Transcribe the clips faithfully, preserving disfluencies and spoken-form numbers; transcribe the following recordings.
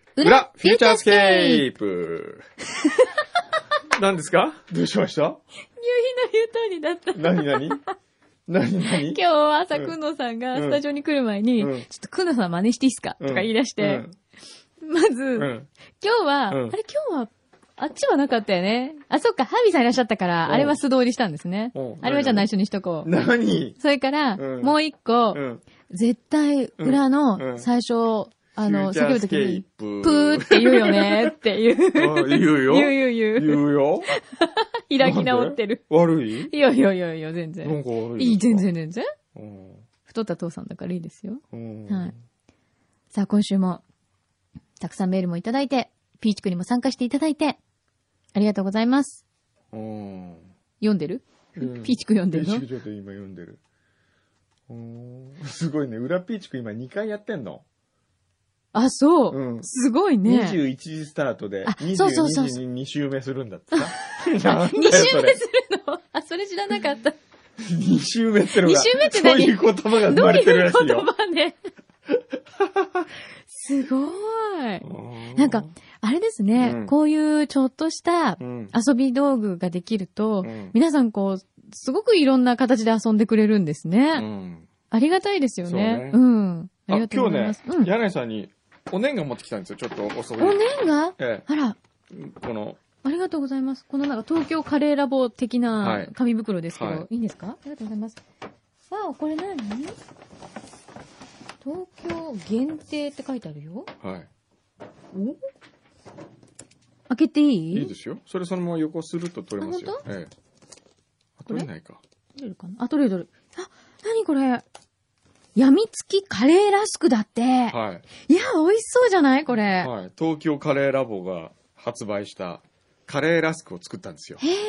裏フューチャースケープ何ですか？どうしました？ 夕日の言う通りだった。 何何何何今日は朝、くんのさんがスタジオに来る前に、うん、ちょっとくんのさん真似していいっすか、うん、とか言い出して、うん、まず、うん、今日は、うん、あれ今日は、あっちはなかったよね。あ、そっか、ハービーさんいらっしゃったから、うん、あれは素通りしたんですね。あれはじゃあ内緒にしとこう。 何？ それから、うん、もう一個、うん、絶対裏の最初、うんあの、叫ぶときに、プーって言うよねっていう。 言うよ。 言う言う言う。 言うよ。 開き直ってる。 悪い？ いやいやいやいや、全然。 なんか悪い。 いい、全然全然。太った父さんだからいいですよ。はい。さあ、今週も、たくさんメールもいただいて、ピーチクにも参加していただいて、ありがとうございます。読んでる？ピーチク読んでるの？ ピーチクちょっと今読んでる。すごいね。裏ピーチク今にかいやってんの？ あ、そう、うん。すごいね。 にじゅういちじスタートで、にじゅうにじにに週目するんだってさ。 に週目するの？あ、それ知らなかった。 に週目ってのが、 に週目って何？ そういう言葉が生まれてるらしいよ。 どういう言葉ね。すごい。なんか、あれですね、うん、こういうちょっとした遊び道具ができると、うん、皆さんこう、すごくいろんな形で遊んでくれるんですね。うん、ありがたいですよね。うねうん。ありがとうございます。 今日ね、うん、柳井さんに、お年賀持ってきたんですよ、ちょっと遅い。 お年賀、 ええ、 あら。 この。 ありがとうございます。このなんか東京カレーラボ的な紙袋ですけど、はい、いいんですか？ありがとうございます。わあ、これ何？東京限定って書いてあるよ。 はい。 お？開けていい？ いいですよ。それそのまま横すると取れますよ。ええ。あ、取れないか。 取れるかな？あ、取れる取れる。あ、何これ？やみつきカレーラスクだって。はい。いや、美味しそうじゃないこれ。 はい。東京カレーラボが発売したカレーラスクを作ったんですよ。 へー。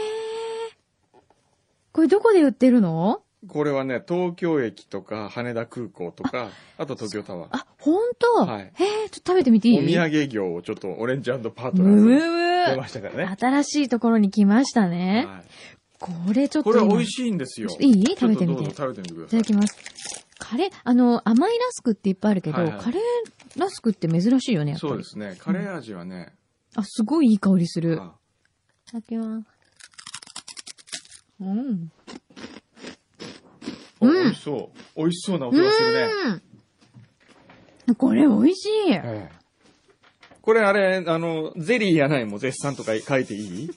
これどこで売ってるの？ これはね、東京駅とか羽田空港とか、あ, あと東京タワー。 あ、ほんと？はい。へー、ちょっと食べてみていい？ お土産業をちょっとオレンジ&パートナーズに出ましたからね。 新しいところに来ましたね。はい。これちょっと。 これ美味しいんですよ。 いい？食べてみて。 どうぞ食べてみてください。 いただきます。カレー、あの、甘いラスクっていっぱいあるけど、はいはい、カレーラスクって珍しいよね、やっぱり。 そうですね。カレー味はね。 うん、あ、すごいいい香りする。いただきます。うん。 うん。美味しそう。美味しそうな音がするね。 うん。これ美味しい。ええ、 これあれ、あの、ゼリーやないも絶賛とか書いていい？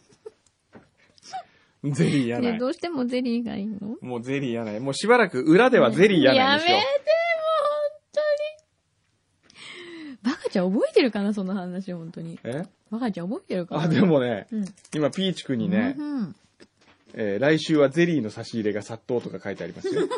ゼリーやない。 どうしてもゼリーがいいの？ もうゼリーやない。もうしばらく裏ではゼリーやないにしよう。 やめて、もう本当に。バカちゃん覚えてるかなその話、本当に。 え？ バカちゃん覚えてるかな？ あ、でもね、うん、今ピーチくんにね、うんうんえー、来週はゼリーの差し入れが殺到とか書いてありますよ。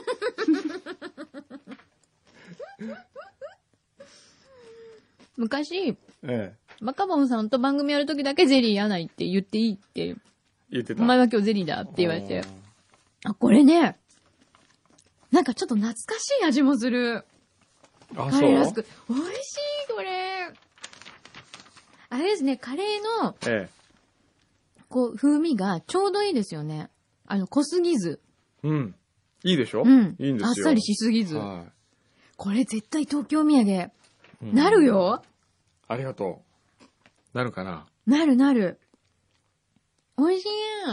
昔、 ええ、 マカボンさんと番組やるときだけゼリーやないって言っていいって言ってた。 お前は今日ゼリーだって言われて。あ、これね、なんかちょっと懐かしい味もする。 あ、 カレーラスク。美味しい、これ。あれですね、カレーの、ええ、こう、風味がちょうどいいですよね。あの、濃すぎず。 うん。いいでしょ？ うん。 いいんですよ。 あっさりしすぎず。はい。これ絶対東京土産、 うん、 なるよ。 ありがとう。なるかな？ なるなる。美味しい。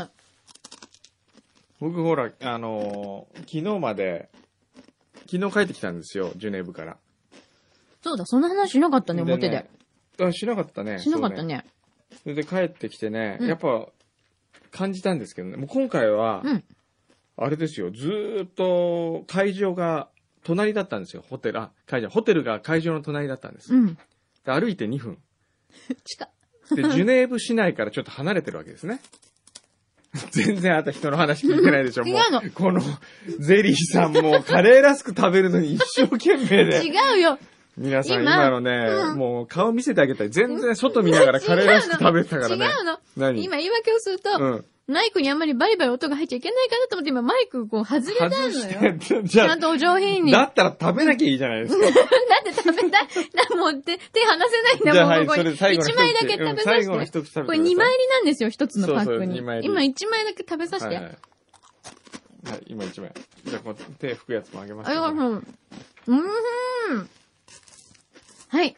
僕ほら、あのー、昨日まで、昨日帰ってきたんですよ、ジュネーブから。 そうだ、そんな話しなかったね、表で。 あ、しなかったね。 しなかったね。 それで帰ってきてね、うん、やっぱ、感じたんですけどね、もう今回は、うん、あれですよ、ずーっと会場が隣だったんですよ、ホテル、あ、会場、ホテルが会場の隣だったんです。うん、で歩いてにふん。 近っ。 で、ジュネーブ市内からちょっと離れてるわけですね。全然あた人の話聞いてないでしょ、もう。この、ゼリーさんもカレーラスク食べるのに一生懸命で。 違うよ。 皆さん今のね、うん、もう顔見せてあげたい。全然外見ながらカレーラスク食べてたからね。 違うの。 何？ 今言い訳をすると、うん、マイクにあんまりバリバリ音が入っちゃいけないかなと思って今マイクこう外れたのよ。 外じゃあ、 ちゃんとお上品に。 だったら食べなきゃいいじゃないですか。 だって食べたい。だもう手、手離せないんだもん、 はい、 ここに。 いちまいだけ食べさせて。うん、 最後の一口食べてください。 これにまい入りなんですよ、一つのパックに。 そうそう今いちまいだけ食べさせて。 はい、はい、はい、今いちまい。じゃあこう手拭くやつもあげます、 ね。あ、うん。うん。はい。い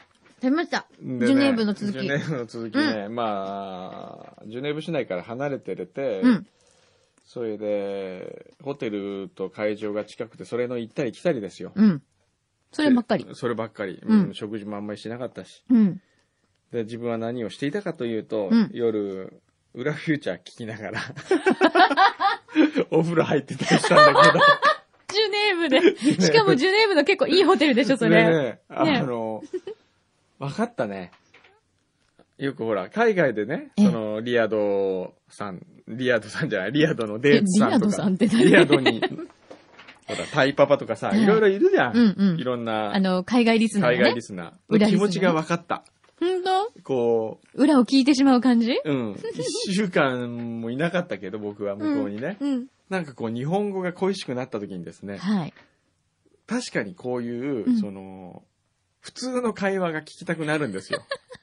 べました。ね、ジュネーブの続き。 ジュネーブの続きね、うん、まあ、ジュネーブ市内から離れてれて、 うん、 それで、ホテルと会場が近くて、それの行ったり来たりですよ。 うん。そればっかり。 そればっかり。うん、食事もあんまりしなかったし。 うん。 で、自分は何をしていたかというと、 うん、 夜、裏フューチャー聞きながら、お風呂入ってたりしたんだけど。 ジュネーブで。しかもジュネーブの結構いいホテルでしょ、それ。 ねえ、あの、わかったね。よくほら、海外でね、その、リアドさん、リアドさんじゃない、リアドのデーツさんとか。リアドさんって何？リアドに、ほら、タイパパとかさ、いろいろいるじゃん。 うんうん。 いろんな。 あの、海外リスナー、ね。 海外リスナー。気持ちがわかった。 ほんと？ こう。裏を聞いてしまう感じ？ うん。一週間もいなかったけど、僕は向こうにね。 うん。うん、 なんかこう、日本語が恋しくなった時にですね。 はい。 確かにこういう、うん、その、普通の会話が聞きたくなるんですよ。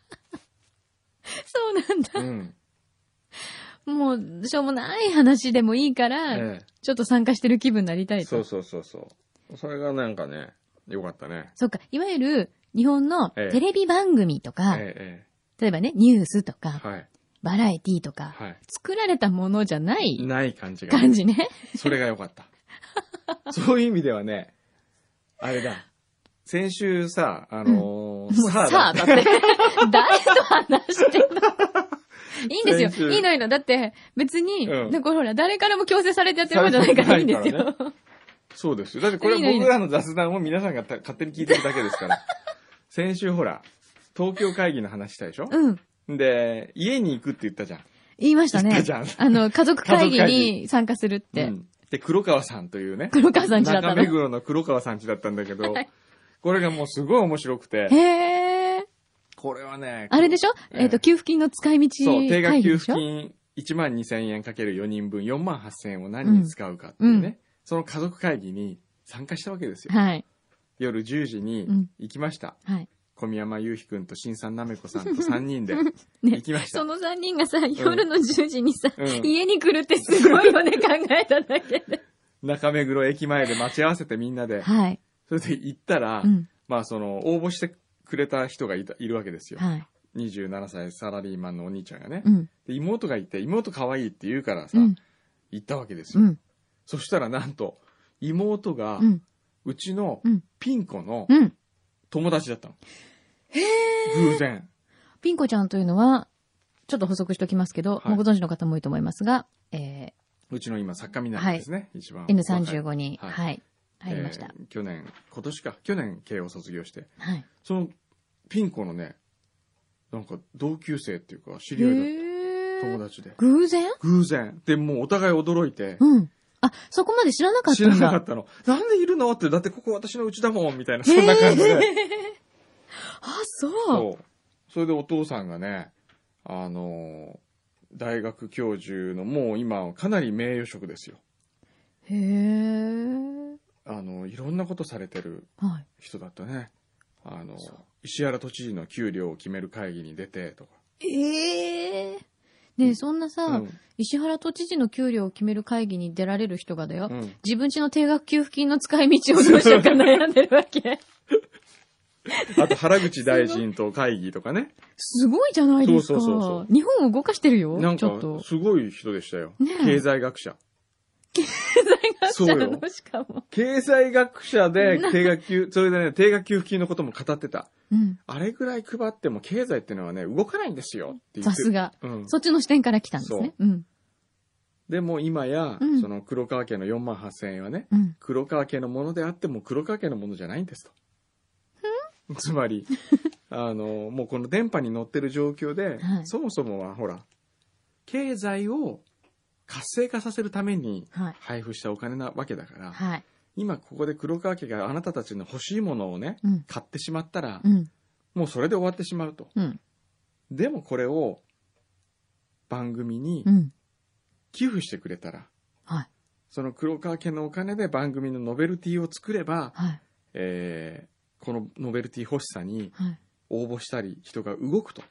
そうなんだ。 うん。 もう、しょうもない話でもいいから、ええ、ちょっと参加してる気分になりたいと。 そうそうそうそう。それがなんかね、よかったね。 そっか。いわゆる、日本のテレビ番組とか、ええ、例えばね、ニュースとか、はい、バラエティとか、はい、作られたものじゃない。 ない感じが。 感じね。 それがよかった。そういう意味ではね、あれだ。先週さ、あのー、 うん、さあだって。誰と話してんの？いいんですよ。いいのいいの。だって、別に、うん、なんかほら、誰からも強制されてやってるわけじゃないからいいんですよ。ね、 そうですよ。だってこれは僕らの雑談を皆さんが勝手に聞いてるだけですから。先週ほら、東京会議の話したでしょ？ うん。 で、家に行くって言ったじゃん。 言いましたね。 言ったじゃん。 あの、家族会議に参加するって。うん、 で、黒川さんというね。 黒川さんちだったの。 中目黒の黒川さんちだったんだけど、はい、これがもうすごい面白くて。 へー。 これはね。 あれでしょ？えっと、給付金の使い道そう、定額給付金いちまんにせんえんかけるよにんぶんよんまんはっせんえんを何に使うかっていうね、うん、その家族会議に参加したわけですよ。 はい。 夜じゅうじに行きました。 うん、はい。 小宮山雄飛くんと新さんなめこさんとさんにんで行きました。 ね、そのさんにんがさ、夜のじゅうじにさ、うん、家に来るってすごいよね、考えただけで。 中目黒駅前で待ち合わせてみんなで。 はい。 それで行ったら、うん、まあその、応募してくれた人がいたいるわけですよ。 はい。 にじゅうななさいサラリーマンのお兄ちゃんがね。 うん、 で妹がいて、妹可愛いって言うからさ、うん、行ったわけですよ。うん、そしたらなんと、妹が、うん、うちのピン子の友達だったの。 へー。 偶然。 ピン子ちゃんというのは、ちょっと補足しておきますけど、はい、もうご存知の方も多いと思いますが、えー、 うちの今作家になるんですね、はい、一番。 エヌさんじゅうご に、はい、はい、入りました、 えー。去年、今年か、去年慶応卒業して、 はい、 そのピン子のね、なんか同級生っていうか知り合いだった。友達で。 偶然偶然。で、もうお互い驚いて。 うん。あ、そこまで知らなかったんだ。 知らなかったの。なんでいるのって、だってここ私の家だもん、みたいな、そんな感じで。 あ、そう。 そう。それでお父さんがね、あの、大学教授のもう今かなり名誉職ですよ。 へー。 あの、いろんなことされてる人だったね。はい、あの、石原都知事の給料を決める会議に出てとか。 ええー。ねえ、そんなさ、うん、石原都知事の給料を決める会議に出られる人がだよ。うん、自分家の定額給付金の使い道をどうしようか悩んでるわけ。 あと原口大臣と会議とかね。 すごいじゃないですか。そうそうそうそう。日本を動かしてるよ。 なんか、すごい人でしたよ。ね、経済学者。 経済学者なのしかも。 経済学者で定額給、それでね、定額給付金のことも語ってた。 うん、 あれぐらい配っても経済ってのはね、動かないんですよって言って。 さすが、うん。そっちの視点から来たんですね。うん、 でも今や、うん、その黒川家のよんまんはっせんえんはね、うん、黒川家のものであっても黒川家のものじゃないんですと。つまり、あの、もうこの電波に乗ってる状況で、はい、そもそもはほら、経済を活性化させるために配布したお金なわけだから、 はい、 今ここで黒川家があなたたちの欲しいものをね、うん、買ってしまったら、 うん、 もうそれで終わってしまうと、 うん、 でもこれを番組に寄付してくれたら、 うん、 その黒川家のお金で番組のノベルティを作れば、 はい、 えー、このノベルティ欲しさに応募したり人が動くと、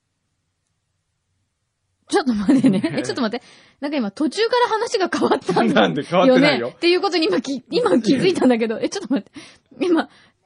ちょっと待ってね。え、ちょっと待って。なんか今途中から話が変わったんだよね。 なんで変わってないよ。 っていうことに今き、今気づいたんだけど、え、ちょっと待って。今、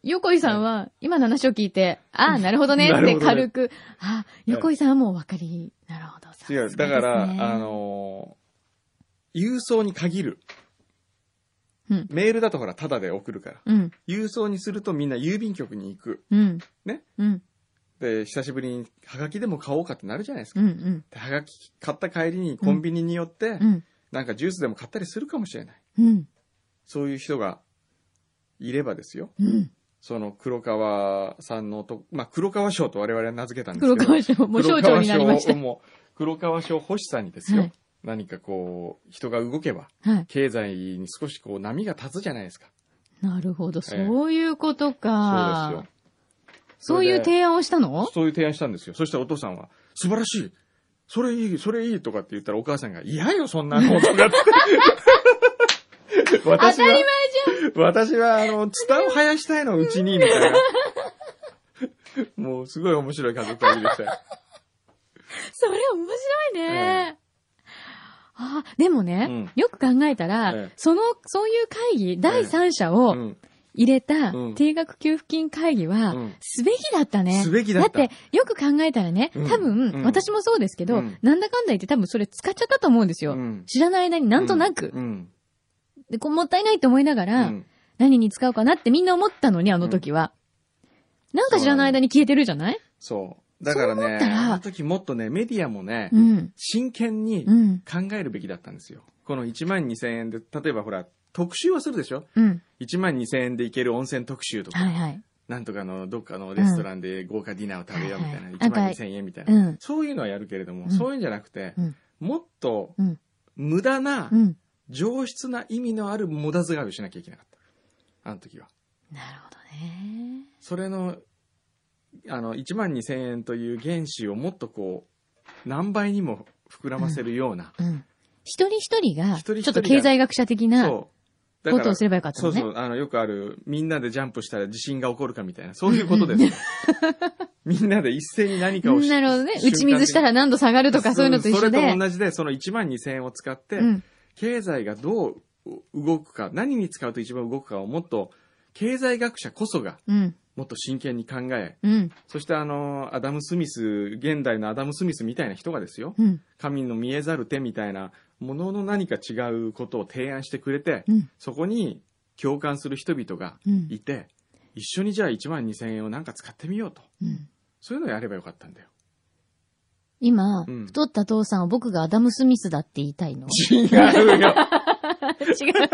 横井さんは、今の話を聞いて、ああ、なるほどねって軽く、ね、ああ、横井さんはもうお分かり。なるほど。 違う。だから、あのー、郵送に限る。うん、メールだとほら、タダで送るから。うん、郵送にするとみんな郵便局に行く。うん、ね、うん。で、久しぶりにハガキでも買おうかってなるじゃないですか。うんうん、でハガキ買った帰りにコンビニに寄って、うん、なんかジュースでも買ったりするかもしれない。うん、そういう人がいればですよ。うん、その黒川さんのと、まあ、黒川賞と我々は名付けたんですけど。黒川賞、もう省庁になりました。もう黒川賞欲しさにですよ。はい、何かこう、人が動けば、はい、経済に少しこう波が立つじゃないですか。 なるほど、そういうことか。ええ、そうですよ。そういう提案をしたの？ そういう提案したんですよ。そしたらお父さんは、素晴らしい。それいい、それいいとかって言ったらお母さんが、嫌よ、そんなの。とかって。私は、当たり前じゃん。私は、あの、ツタを生やしたいの、うちに、みたいな。もう、すごい面白い家族会議でしたよ。 それ面白いね。ええ、あ、でもね、うん、よく考えたら、ええ、その、そういう会議、第三者を、ええ、うん、入れた定額給付金会議は、すべきだったね。 すべきだった。 だって、よく考えたらね、多分、うん、私もそうですけど、うん、なんだかんだ言って多分それ使っちゃったと思うんですよ。うん、知らない間になんとなく。うん、で、こうもったいないって思いながら、うん、何に使うかなってみんな思ったのに、あの時は。うん、なんか知らない間に消えてるじゃない？ そう。だからね、あの時もっとね、メディアもね、うん、真剣に考えるべきだったんですよ。このいちまんにせんえんで、例えばほら、特集はするでしょ、うん、いちまんにせんえんで行ける温泉特集とか、はいはい、なんとかのどっかのレストランで豪華ディナーを食べようみたいな、うん、いちまんにせんえんみたいな、うん、そういうのはやるけれども、うん、そういうんじゃなくて、うん、もっと無駄な、うん、上質な意味のある無駄遣いをしなきゃいけなかった。あの時は。 なるほどね。 それの、あの、いちまんにせんえんという原資をもっとこう、何倍にも膨らませるような。うんうん、 一人一人が、ちょっと経済学者的な、ことをすればよかったのね。 そうそう、あの、よくある、みんなでジャンプしたら地震が起こるかみたいな、そういうことですよ。みんなで一斉に何かをしなるほどね。打ち水したら何度下がるとかそういうのと一緒で。 それと同じで、そのいちまんにせんえんを使って、うん、経済がどう動くか、何に使うと一番動くかをもっと、経済学者こそが、もっと真剣に考え、うん、そしてあの、アダム・スミス、現代のアダム・スミスみたいな人がですよ、うん、神の見えざる手みたいなものの何か違うことを提案してくれて、うん、そこに共感する人々がいて、うん、一緒にじゃあいちまんにせんえんをなんか使ってみようと、うん、そういうのをやればよかったんだよ。 今、うん、太った父さんを僕がアダム・スミスだって言いたいの？ 違うよ。 違う。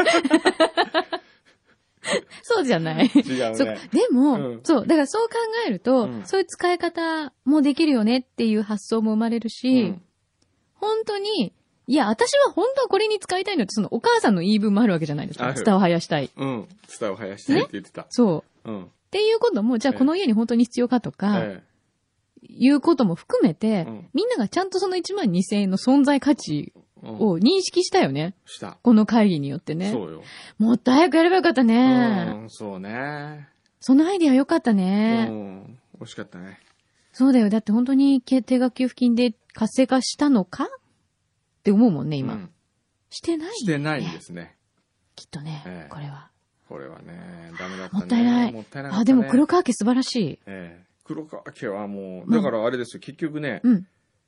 そうじゃない。 違うね。 そうでも、うん、そう、だからそう考えると、うん、そういう使い方もできるよねっていう発想も生まれるし、うん、本当に、いや、私は本当はこれに使いたいのって、そのお母さんの言い分もあるわけじゃないですか。ツタを生やしたい。 うん。ツタを生やしたいって言ってた。ね、 そう。うん。っていうことも、じゃあこの家に本当に必要かとか、ええ、いうことも含めて、うん、みんながちゃんとそのいちまんにせんえんの存在価値を認識したよね。 した。 この会議によってね。 そうよ。 もっと早くやればよかったね。 うん、そうね。 そのアイディアよかったね。 うん、惜しかったね。 そうだよ。だって本当に定額給付金で活性化したのかって思うもんね、今。うん、してない、ね。 してないんですね。 きっとね、ええ、これは。 これはね、ダメだったね。 もったいない。もったいなかったね。あ、でも黒川家素晴らしい。 ええ、黒川家はもう、だからあれですよ、結局ね、うん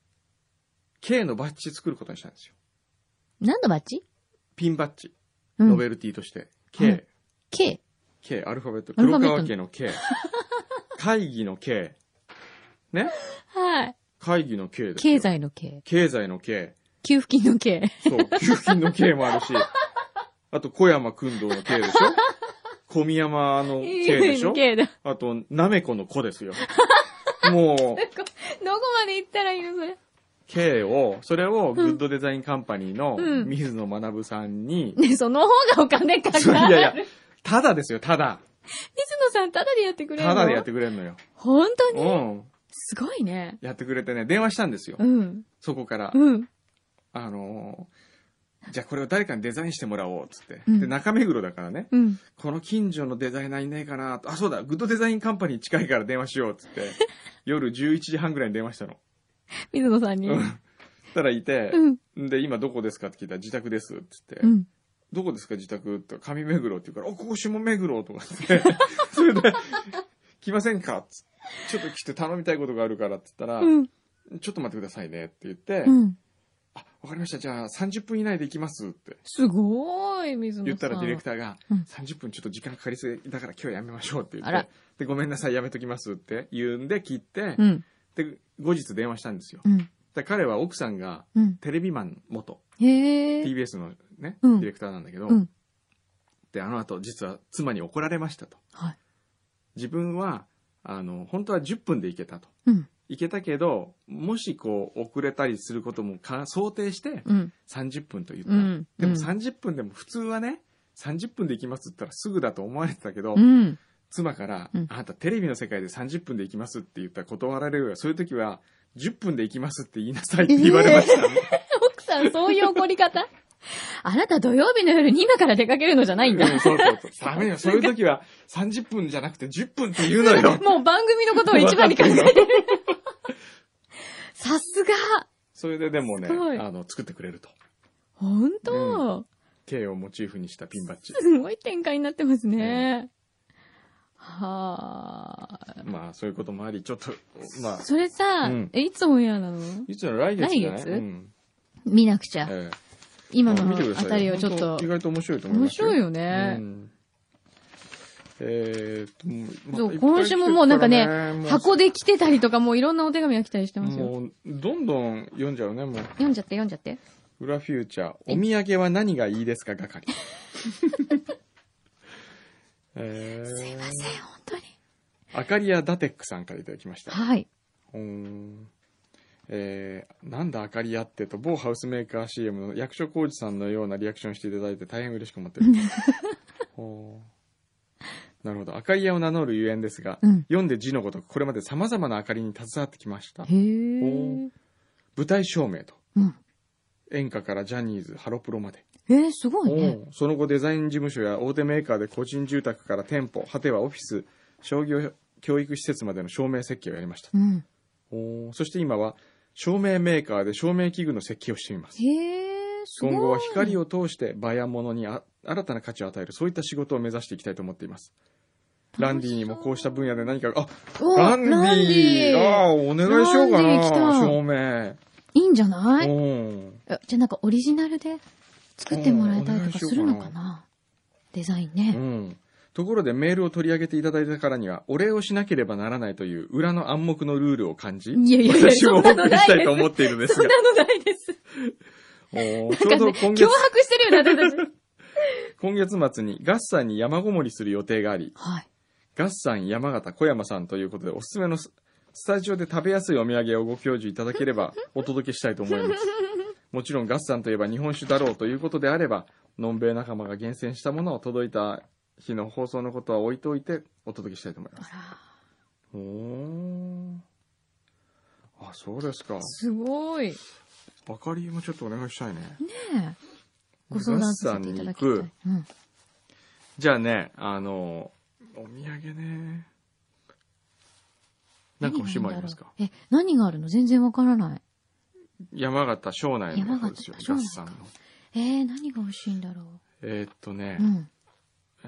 、K のバッジ作ることにしたんですよ。 何のバッジ？ ピンバッジ。うん、ノベルティとして。K。 K。 K、アルファベット。黒川家の K。会議の K。ね？ はい。 会議の K です。 経済の K。 経済の K。 給付金の K。 そう、給付金の K もあるし。あと、小山君堂の K でしょ？小宮山の K でしょ？ K だ。 あと、なめこの子ですよ。もう。どこまで行ったらいいのそれ。 K を、それをグッドデザインカンパニーの水野学さんに。 うん、ね、その方がお金かかる。 いやいや、ただですよ、ただ。 水野さん、ただでやってくれるの？ ただでやってくれるのよ。 本当に？うん。すごいね。 やってくれてね、電話したんですよ。うん。そこから。うん。あのー、じゃあこれを誰かにデザインしてもらおう、つって。うん、で、中目黒だからね。うん。この近所のデザイナーいないかな。あ、そうだ、グッドデザインカンパニー近いから電話しよう、つって。夜じゅういちじはんぐらいに電話したの。 水野さんに。 うん。たらいて、うん、で、今どこですかって聞いたら自宅です、つって。うん、どこですか自宅って、上目黒って言うから、お、ここ下目黒とかって。それで、来ませんかつちょっと来て頼みたいことがあるからって言ったら、うん、ちょっと待ってくださいねって言って、うん、あ、わかりました。じゃあさんじゅっぷん以内で行きますって。 すごい、水野さん。 言ったらディレクターが、うん、さんじゅっぷんちょっと時間かかりすぎだから今日やめましょうって言って、で、ごめんなさい、やめときますって言うんで切って、うん、で、後日電話したんですよ。うん、で彼は奥さんがテレビマン元、うん、ティービーエス のね、ディレクターなんだけど、うん、で、あの後実は妻に怒られましたと。はい、自分は、あの、本当はじゅっぷんで行けたと。うん、行けたけど、もしこう遅れたりすることもか想定してさんじゅっぷんと言った。うん、でもさんじゅっぷんでも普通はね、さんじゅっぷんで行きますって言ったらすぐだと思われてたけど、うん、妻から、うん、あなたテレビの世界でさんじゅっぷんで行きますって言ったら断られるよ。そういう時はじゅっぷんで行きますって言いなさいって言われました、ね。 えー、奥さんそういう怒り方あなた土曜日の夜に今から出かけるのじゃないんだ。 うん、そうそうそう。ダメよ。そういう時はさんじゅっぷんじゃなくてじゅっぷんって言うのよ。 もう番組のことを一番に考えてる。さすが。 それででもね、あの、作ってくれると。 本当、うん、 K をモチーフにしたピンバッジ。 すごい展開になってますね。うん、はあ。 まあ、そういうこともあり、ちょっと、まあ。 それさ、うん、え、いつオンエアなの？ いつの来月じゃない？ 来月、うん、見なくちゃ。ええ、今のあたりをちょっと。 意外と面白いと思いますよ。 面白いよね。うん、 えー、っと、 まあ、そう、今週ももうなんかね、箱で来てたりとか、もういろんなお手紙が来たりしてますよ。もう、 どんどん読んじゃうね、もう。 読んじゃって、読んじゃって。 裏フューチャー、お土産は何がいいですか係。 えー、すいません、本当に。 アカリアダテックさんからいただきました。 はい。 うーん。えー、なんだアカリアってと、某ハウスメーカー シーエム の役所広司さんのようなリアクションしていただいて大変嬉しく思ってる。ほー、なるほど。アカリアを名乗るゆえんですが、うん、読んで字のごとくこれまで様々な明かりに携わってきました。へー。舞台照明と、うん、演歌からジャニーズ、ハロプロまで。 えー、すごいね。 その後デザイン事務所や大手メーカーで個人住宅から店舗、果てはオフィス、商業教育施設までの照明設計をやりました。うん、おそして今は照明メーカーで照明器具の設計をしています。 へー、すごい。 今後は光を通して場や物にあ新たな価値を与える、そういった仕事を目指していきたいと思っています。ランディにもこうした分野で何か、あ、ランディー、ああ、お願いしようかな、照明。 いいんじゃない？うん。じゃあなんかオリジナルで作ってもらえたりとかするのかな？デザインね。うん。 ところでメールを取り上げていただいたからには、お礼をしなければならないという裏の暗黙のルールを感じ、 いやいやいや、 私もお送りしたいと思っているんですが。 そんなのないです。おちょうど今月。脅迫してるよね、私たち。 今月末にガッサンに山ごもりする予定があり、はい、ガッサン山形小山さんということでおすすめのスタジオで食べやすいお土産をご教授いただければお届けしたいと思います。もちろんガッサンといえば日本酒だろうということであれば、のんべい仲間が厳選したものを届いた日の放送のことは置いといてお届けしたいと思います。おー、あ、そうですか。 すごい。 あかりもちょっとお願いしたいね。 ねえ。ご相談させていただきたい。うん、 じゃあね、あの、お土産ね。なんか欲しいものありますか？ え、何があるの？全然わからない。 山形庄内の方ですよ。ガッサンの。 えー、何が欲しいんだろう。 えー、っとね、うんえ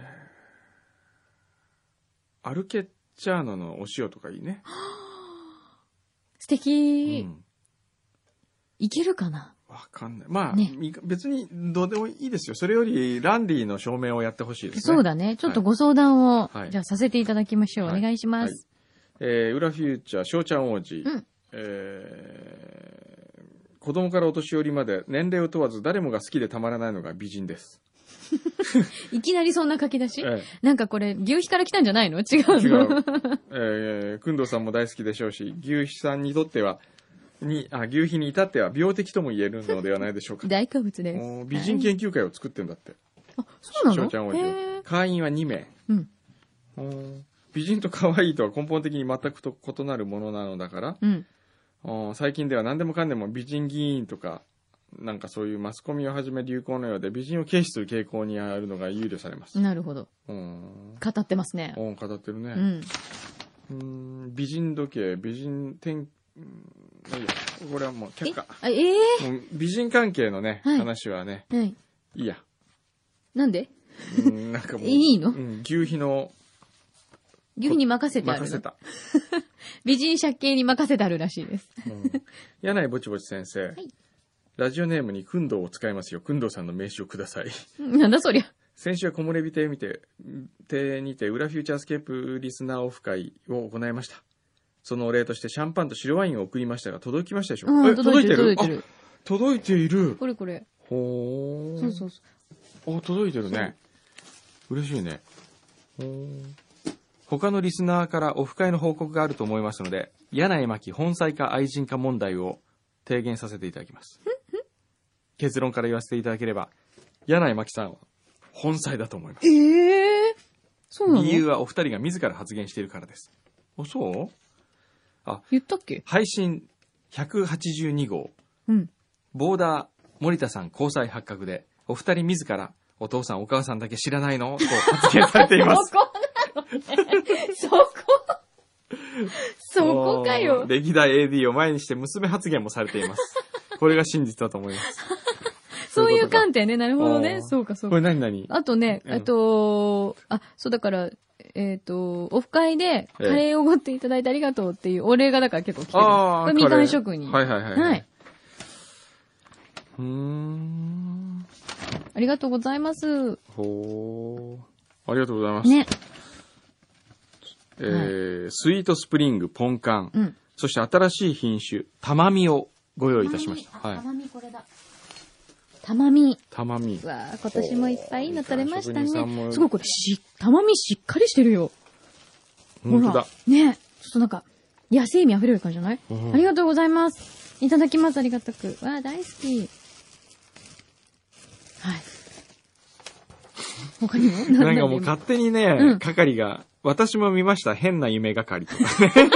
ー、アルケッチャーノのお塩とかいいね。 素敵、うん、いけるかな？ わかんない。まあ、ね、別にどうでもいいですよ。それよりランディの照明をやってほしいですね。 そうだね。ちょっとご相談を、はい、じゃあさせていただきましょう。はい、お願いします。はい、 えー、裏フューチャー、翔ちゃん王子。うん、えー、子供からお年寄りまで年齢を問わず誰もが好きでたまらないのが美人です。 いきなりそんな書き出し、ええ、なんかこれ牛皮から来たんじゃないの？違うの？違う。 えー、くんどうさんも大好きでしょうし、牛皮さんにとってはにあ牛皮に至っては病的とも言えるのではないでしょうか。 大好物です。 美人研究会を作ってるんだって。 あ、そうなの？ 翔ちゃん王子。会員はにめい。うん。美人と可愛いとは根本的に全くと異なるものなのだから、うん、最近では何でもかんでも美人議員とかなんかそういうマスコミをはじめ流行のようで美人を軽視する傾向にあるのが憂慮されます。 なるほど。うん、語ってますね。 うん、語ってるね。うん、うん美人時計、美人天、うん、いいやこれはもう却下。 え、えー、 もう美人関係のね、はい、話はね、はい、いいや。 なんで？ うん、なんかもういいの？ うん、牛皮の牛皮に任せてある。 任せた。 美人借景に任せてあるらしいです。 うん、柳井ぼちぼち先生。はい、ラジオネームにくんどうを使いますよ。くんどうさんの名刺をください。 なんだそりゃ。 先週は木漏れ日亭見て、亭にて裏フューチャースケープリスナーオフ会を行いました。そのお礼としてシャンパンと白ワインを送りましたが、届きましたでしょうか？ うん、届いてる。届いてる。 届いている。 これこれ。 ほー。 そうそうそう。 あ、届いてるね。嬉しいね。ほー。他のリスナーからオフ会の報告があると思いますので、柳井真紀本妻か愛人か問題を提言させていただきます。結論から言わせていただければ、柳井真紀さんは本妻だと思います。 ええー、そうなの？ 理由はお二人が自ら発言しているからです。あ、そう？あ、 言ったっけ？ 配信ひゃくはちじゅうにごう。 うん。ボーダー森田さん交際発覚で、お二人自らお父さんお母さんだけ知らないのと発言されています。 そこなのね。そこそこかよ。 歴代 エーディー を前にして娘発言もされています。これが真実だと思います。 そういう観点ね。なるほどね。そうかそうか。 これ何何？ あとね、えっと、あ、そうだから、えっと、オフ会でカレーをおごっていただいてありがとうっていうお礼がだから結構来てる。ああ。みかん職人。 はいはいはい。 はい。 うーん。 ありがとうございます。 ほー。ありがとうございます。 ね。 えーはい、スイートスプリングポンカン、 うん、 そして新しい品種タマミをご用意いたしました。 タマミこれだ。タマミ。 タマミ。 わあ、今年もいっぱいいいの取れましたね。すごいこれしタマミしっかりしてるよ。 本当だ。 ね、ちょっとなんか野生味あふれる感じじゃない？うん、ありがとうございます。いただきます、ありがたく。わあ、大好き。はい。他にもなんかもう勝手にね、うん、係が。私も見ました。変な夢係とかね。でも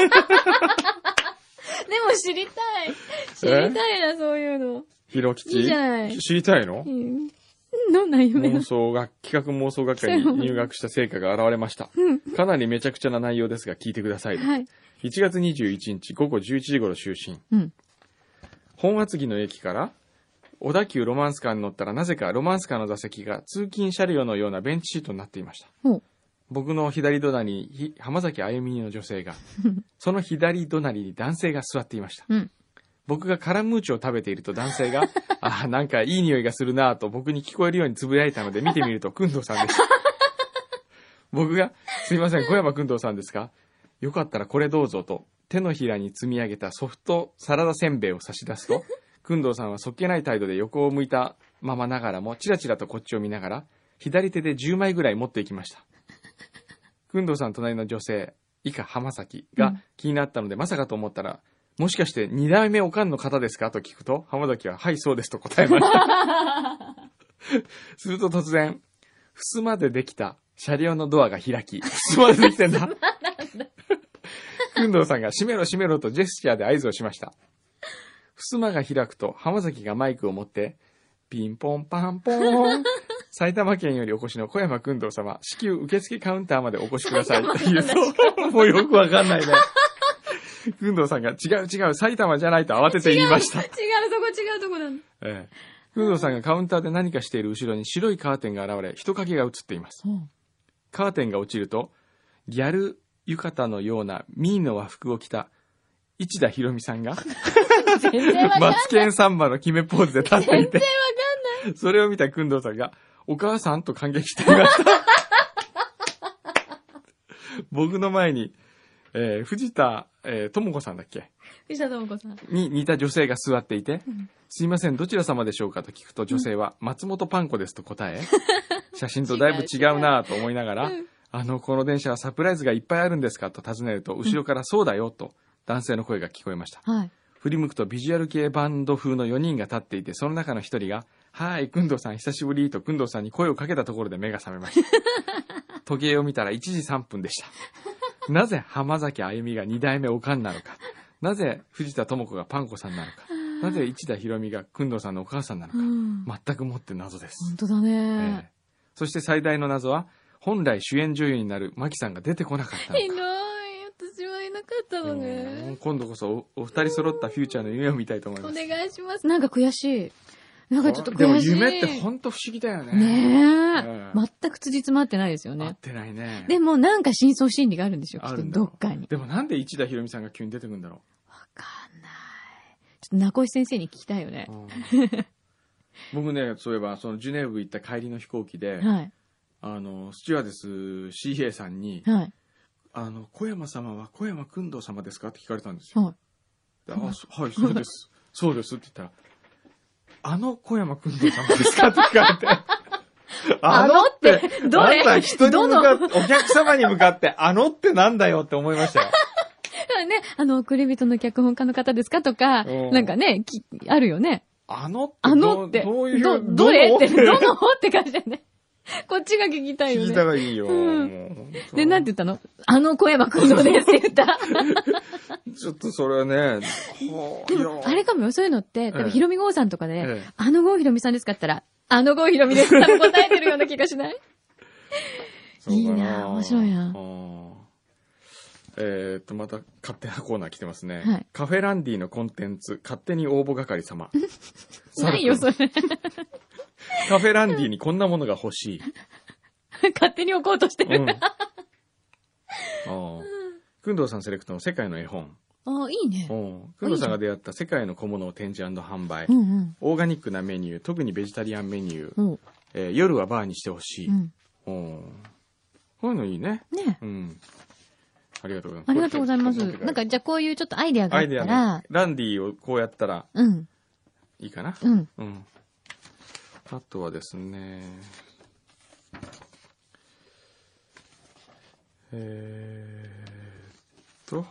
知りたい。知りたいな、そういうの。 ひろきち。 いいじゃない。 知りたいの？ うん、どんな夢？ 妄想学、企画妄想学会に入学した成果が現れました。うん、かなりめちゃくちゃな内容ですが聞いてください。はい、いちがつにじゅういちにちごごじゅういちじ頃就寝。うん、本厚木の駅から小田急ロマンスカーに乗ったらなぜかロマンスカーの座席が通勤車両のようなベンチシートになっていました。うん僕の左隣に浜崎あゆみの女性が、その左隣に男性が座っていました。うん、僕がカラムーチョを食べていると男性が、あ、なんかいい匂いがするなぁと僕に聞こえるようにつぶやいたので見てみると、くんどうさんでした。僕が、すいません、小山くんどうさんですか？よかったらこれどうぞと、手のひらに積み上げたソフトサラダせんべいを差し出すと、くんどうさんはそっけない態度で横を向いたままながらも、チラチラとこっちを見ながら、左手でじゅうまいぐらい持っていきました。くんどうさん隣の女性、以下浜崎が気になったので、うん、まさかと思ったら、もしかしてに代目おかんの方ですかと聞くと、浜崎は、はい、そうですと答えました。すると突然、襖でできた車両のドアが開き、襖でできてんだ。くんどうさんが閉めろ閉めろとジェスチャーで合図をしました。襖が開くと、浜崎がマイクを持って、ピンポンパンポーン。埼玉県よりお越しの小山くんどう様、至急受付カウンターまでお越しください。と言うと、もうよくわかんないね。くんどうさんが、違う違う、埼玉じゃないと慌てて言いました。違う、 違うそこ違うとこなんだ。 ええ。くんどうさんがカウンターで何かしている後ろに白いカーテンが現れ、人影が映っています。うん、カーテンが落ちると、ギャル浴衣のようなミーの和服を着た、市田ひろみさんが、マツケンサンバの決めポーズで立っていて、 全然わかんない。 それを見たくんどうさんが、お母さんと感激していました。僕の前に、えー、藤田、えー、智子さんだっけ？ 藤田智子さん。 に似た女性が座っていて、うん、すいません、どちら様でしょうかと聞くと女性は、うん、松本パンコですと答え、写真とだいぶ違うなぁと思いながら、あの、この電車はサプライズがいっぱいあるんですかと尋ねると、後ろからそうだよと男性の声が聞こえました。はい、振り向くとビジュアル系バンド風のよにんが立っていて、その中のひとりが、はい、くんどうさん久しぶりとくんどうさんに声をかけたところで目が覚めました。時計を見たらいちじさんぷんでした。なぜ浜崎あゆみがに代目おかんなのか。なぜ藤田智子がパンコさんなのか。なぜ市田ひろみがくんどうさんのお母さんなのか。うん、全くもって謎です。 本当だね、 えー。そして最大の謎は、本来主演女優になるマキさんが出てこなかったのか。 ひどい。私はいなかったのね。 今度こそ お, お二人揃ったフューチャーの夢を見たいと思います。 お願いします。なんか悔しい。 なんかちょっと悔しい。 でも夢ってほんと不思議だよね。 ねえ、うん。全く辻褄合ってないですよね。 合ってないね。 でもなんか深層心理があるんでしょ、きっとどっかに。 でもなんで市田ひろみさんが急に出てくるんだろう。わかんない。ちょっと名越先生に聞きたいよね。 僕ね、そういえばそのジュネーブ行った帰りの飛行機で、はい、あの、スチュワーデス シーエー さんに、はい、あの、小山様は小山君堂様ですかって聞かれたんですよ。はい、あ、はい、そうです。そうですって言ったら、あの小山君堂様ですかって聞かれて。あのって、どれ？なんだ人に向かって、お客様に向かって、あのってなんだよって思いましたよ。 ね、あの、送り人の脚本家の方ですかとか、なんかね、きあるよね。 あのって、 あのって、 どういう、 ど、どれって、どのって感じだよね。こっちが聞きたいよね。 聞いた方がいいよ。うん、 で、なんて言ったの？あの小山君堂ですって言った。 ちょっとそれはね、 でも、あれかもよ、そういうのって、多分ひろみごうさんとかで、ええ、あの郷ひろみさんですかって言ったら、あの郷ひろみですかって答えてるような気がしない？いいな、面白いな。 えー、っと、また勝手なコーナー来てますね。はい、カフェランディのコンテンツ、勝手に応募係様。 ないよ、それ。 カフェランディにこんなものが欲しい。 勝手に置こうとしてる。うん、ああ。くんどうさんセレクトの世界の絵本。 ああ、いいね。 くんどうさんが出会った世界の小物を展示&販売。うんうん、オーガニックなメニュー、特にベジタリアンメニュー。うんえー、夜はバーにしてほしい、うん。こういうのいいね。 ね。 うん。ありがとうございます。 ありがとうございます。なんか、じゃあこういうちょっとアイデアがあったら。アイデアね。 ランディをこうやったら。うん。いいかな。 うん。 うん。あとはですね。えーっと。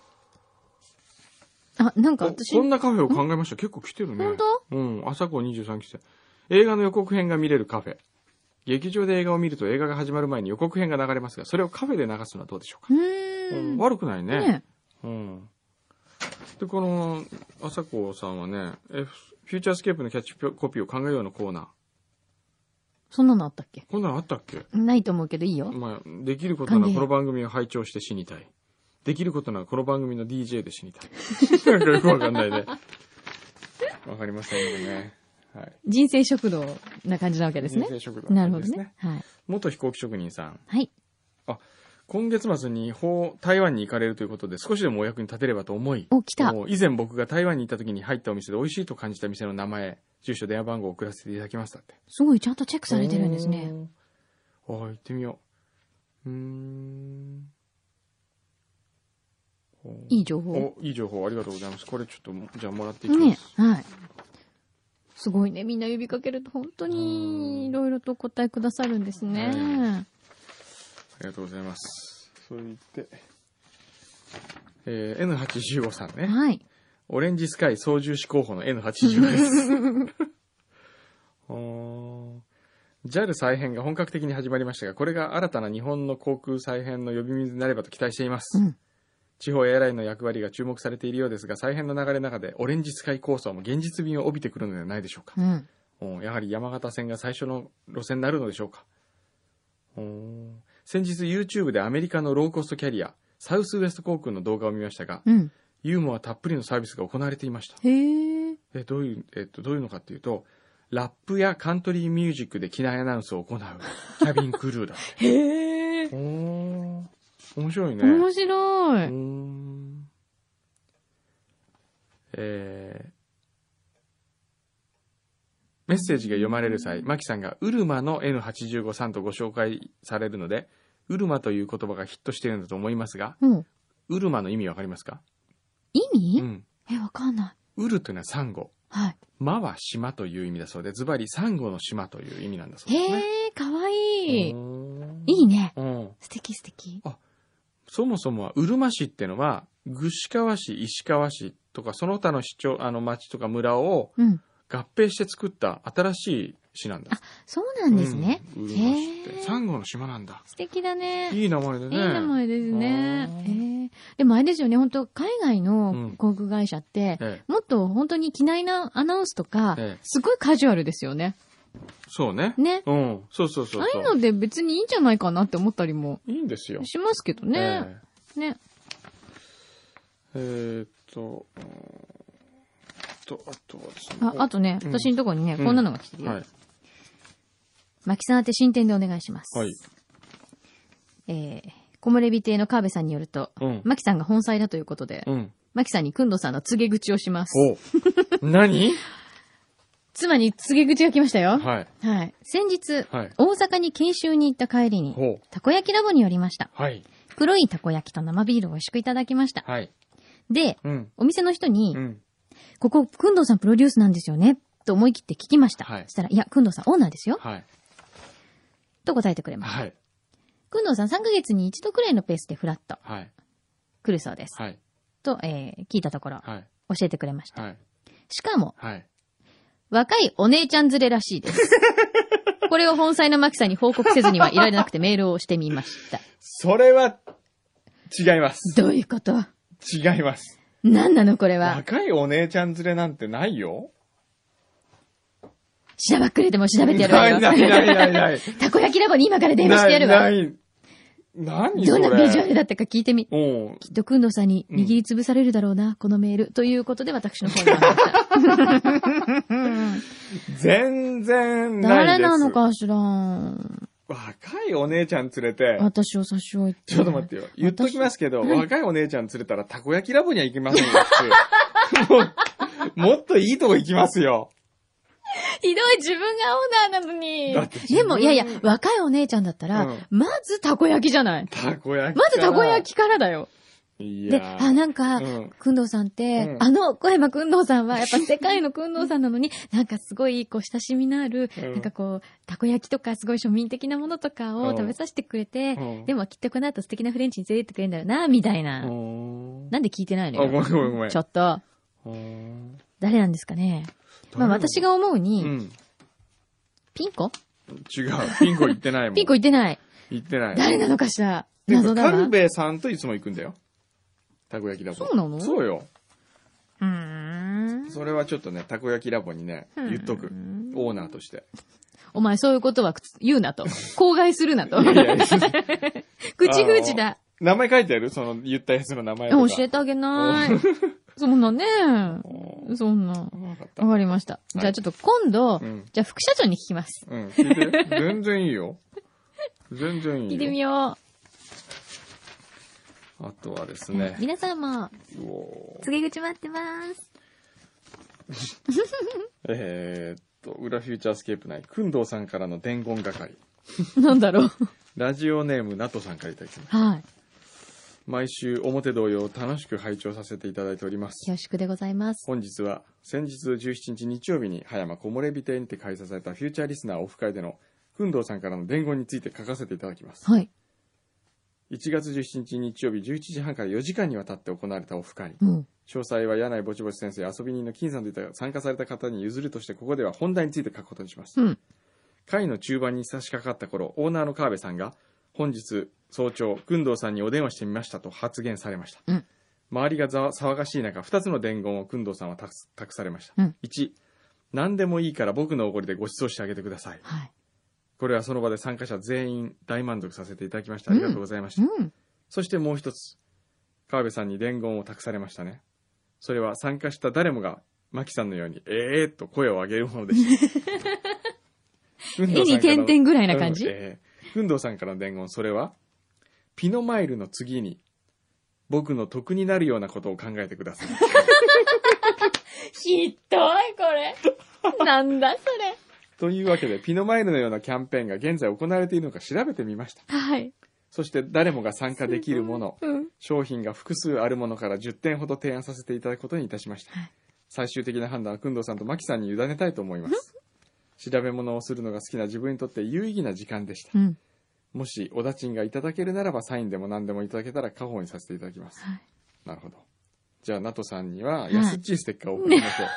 あ、なんか私。 こんなカフェを考えました。結構来てるね。 本当？ うん。朝子にじゅうさん来て。映画の予告編が見れるカフェ。劇場で映画を見ると映画が始まる前に予告編が流れますが、それをカフェで流すのはどうでしょうか。 うーん、 悪くないね。 ね、 うん。で、この、朝子さんはね、え、フューチャースケープのキャッチコピーを考えようのコーナー。 そんなのあったっけ？ こんなのあったっけ？ ないと思うけどいいよ。 まあ、できることならこの番組を拝聴して死にたい。できることならこの番組の ディージェー で死にたい。なんかよくわかんないね。わかりませんよね。はい、 人生食堂な感じなわけですね。 人生食堂な感じですね。 なるほどね。はい。 元飛行機職人さん。 はい。 あ、今月末に台湾に行かれるということで少しでもお役に立てればと思い。 お、来た。 以前僕が台湾に行った時に入ったお店で美味しいと感じた店の名前、住所、電話番号を送らせていただきましたって。 すごい、ちゃんとチェックされてるんですね。 ああ、行ってみよう。うーん。 いい情報。 お、いい情報ありがとうございます。これちょっと、じゃあもらっていきます。 ね、はい。すごいね。みんな呼びかけると本当にいろいろとお答えくださるんですね。 ありがとうございます。そう言って、えー、エヌはちじゅうご さんね。 はい。 オレンジスカイ操縦士候補の エヌはちじゅうご です。ジャル 再編が本格的に始まりましたが、これが新たな日本の航空再編の呼び水になればと期待しています。うん、地方エアラインの役割が注目されているようですが、再編の流れの中でオレンジスカイ構想も現実味を帯びてくるのではないでしょうか。うん、やはり山形線が最初の路線になるのでしょうか。先日 YouTube でアメリカのローコストキャリア、サウスウエスト航空の動画を見ましたが、うん、ユーモアたっぷりのサービスが行われていました。 へー。 え、どういう、えっと、どういうのかっていうと、ラップやカントリーミュージックで機内アナウンスを行うキャビンクルーだ。 へー。 おー。面白いね。 面白い。 うーん。えー、メッセージが読まれる際、マキさんがウルマの エヌはちじゅうご さんとご紹介されるので、ウルマという言葉がヒットしているんだと思いますが、うん、ウルマの意味わかりますか？ 意味？ うん。 え、わかんない。 ウルというのはサンゴ。 はい。 マは島という意味だそうで、ズバリサンゴの島という意味なんだそうですね。 へー、かわいい。いいね。 うん。 素敵素敵。 あ、そもそもは、うるま市ってのは、串川市、石川市とか、その他の市町、あの町とか村を合併して作った新しい市なんだ。 あ、そうなんですね。 うん、うるま市って。サンゴの島なんだ。 素敵だね。 いい名前でね。 いい名前ですね。へー。でもあれですよね、本当海外の航空会社って、うん、もっと本当に機内なアナウンスとか、ええ、すごいカジュアルですよね。そうね。ね。 うん。そうそうそうそう。 ああいうので別にいいんじゃないかなって思ったりも。 いいんですよ。 しますけどね。えー、 ね。えー、っと、 と、あとはですね。 あ、あとね、私のところにね、こんなのが来てるよ。はい。マキさん宛て進展でお願いします。はい。えー、木漏れ日亭の川辺さんによると、うん、マキさんが本妻だということで、うん、マキさんにくんどさんの告げ口をします。 お何妻に告げ口が来ましたよ。はい。はい。先日、はい、大阪に研修に行った帰りに、たこ焼きラボに寄りました。はい。黒いたこ焼きと生ビールを美味しくいただきました。はい。で、うん、お店の人に、うん、ここ、くんどうさんプロデュースなんですよねと思い切って聞きました。はい。そしたら、いや、くんどうさんオーナーですよ。はい。と答えてくれました。はい。くんどうさんさんかげつに一度くらいのペースでフラッと、はい。来るそうです。はい。と、えー、聞いたところ、はい。教えてくれました。はい。しかも、はい。若いお姉ちゃん連れらしいです。これを本妻のマキさんに報告せずにはいられなくてメールをしてみました。 それは、違います。 どういうこと？ 違います。 何なのこれは。 若いお姉ちゃん連れなんてないよ。 しらばっくれても調べてやるわよ。 ないないないないない。 たこ焼きラボに今から電話してやるわ。 ない。何それ。 どんなビジュアルだったか聞いてみ。うん。きっとくんどうさんに握りつぶされるだろうな、うん、このメール。ということで私の方にました。 全然ないです。 誰なのかしら。 若いお姉ちゃん連れて。 私を差し置いて。 ちょっと待ってよ。言っときますけど、若いお姉ちゃん連れたらたこ焼きラボには行きませんよ。もう、もっといいとこ行きますよ。 ひどい、自分がオーナーなのに。でも、いやいや、若いお姉ちゃんだったら、うん、まずたこ焼きじゃない。 たこ焼き。 まずたこ焼きからだよ。 いやで、あ、なんか、うん、くんどうさんって、うん、あの、小山くんどうさんは、やっぱ世界のくんどうさんなのに、なんかすごい、こう、親しみのある、うん、なんかこう、たこ焼きとか、すごい庶民的なものとかを食べさせてくれて、うん、でもきっとこの後素敵なフレンチに連れてってくれるんだよな、みたいな。うん、なんで聞いてないのよ。 あ、ごめんごめんごめん。 ちょっと。誰なんですかね。まあ私が思うに、うん、ピンコ？ 違う。ピンコ行ってないもん。 ピンコ行ってない。 行ってない。 誰なのかしら。謎だわ。 カルベさんといつも行くんだよ。たこ焼きラボ。 そうなの？ そうよ。 うーん。 それはちょっとね、たこ焼きラボにね、言っとく。オーナーとして。 お前そういうことは言うなと。口外するなと。いやいや口封じだ。 名前書いてある？その言ったやつの名前とか。 教えてあげない。そんなね。そんな。わかりました。じゃあちょっと今度、うん、じゃあ副社長に聞きます。 うん、聞いて。全然いいよ。全然いいよ。 聞いてみよう。 あとはですね。 皆さんも、告げ口待ってます。 えっと、裏フューチャースケープ内、くんどうさんからの伝言係。 なんだろう。 ラジオネーム、ナトさんからいただきました。はい。毎週表同様楽しく拝聴させていただいております。 恐縮でございます。 本日は先日じゅうしちにち日曜日に葉山木漏れ日亭にて開催されたフューチャーリスナーオフ会でのくんどうさんからの伝言について書かせていただきます。はい。いちがつじゅうしちにち日曜日じゅういちじはんからよじかんにわたって行われたオフ会。うん、詳細は柳井ぼちぼち先生、遊び人の金さんといった参加された方に譲るとしてここでは本題について書くことにします。うん、会の中盤に差し掛かった頃、オーナーの川辺さんが本日早朝、くんどうさんにお電話してみましたと発言されました。うん、周りが騒がしい中、ふたつの伝言をくんどうさんは託されました。うん、いち、何でもいいから僕のおごりでご馳走してあげてください。はい、これはその場で参加者全員大満足させていただきました。ありがとうございました。うんうん、そしてもう一つ、川辺さんに伝言を託されましたね。それは参加した誰もが、マキさんのように、えーっと声を上げるものでした。絵に点々ぐらいな感じ、 うんえー、くんどうさんからの伝言、それは、ピノマイルの次に、僕の得になるようなことを考えてください。 ひどい、これ。なんだ、それ。 というわけで、ピノマイルのようなキャンペーンが現在行われているのか調べてみました。はい。そして誰もが参加できるもの、うん、商品が複数あるものからじゅってんほど提案させていただくことにいたしました。はい、最終的な判断はくんどうさんとマキさんに委ねたいと思います。調べ物をするのが好きな自分にとって有意義な時間でした。うん、もしお駄賃がいただけるならばサインでも何でもいただけたら家宝にさせていただきます。はい、なるほど。じゃあナトさんには安っちいステッカーを送りましょう。はい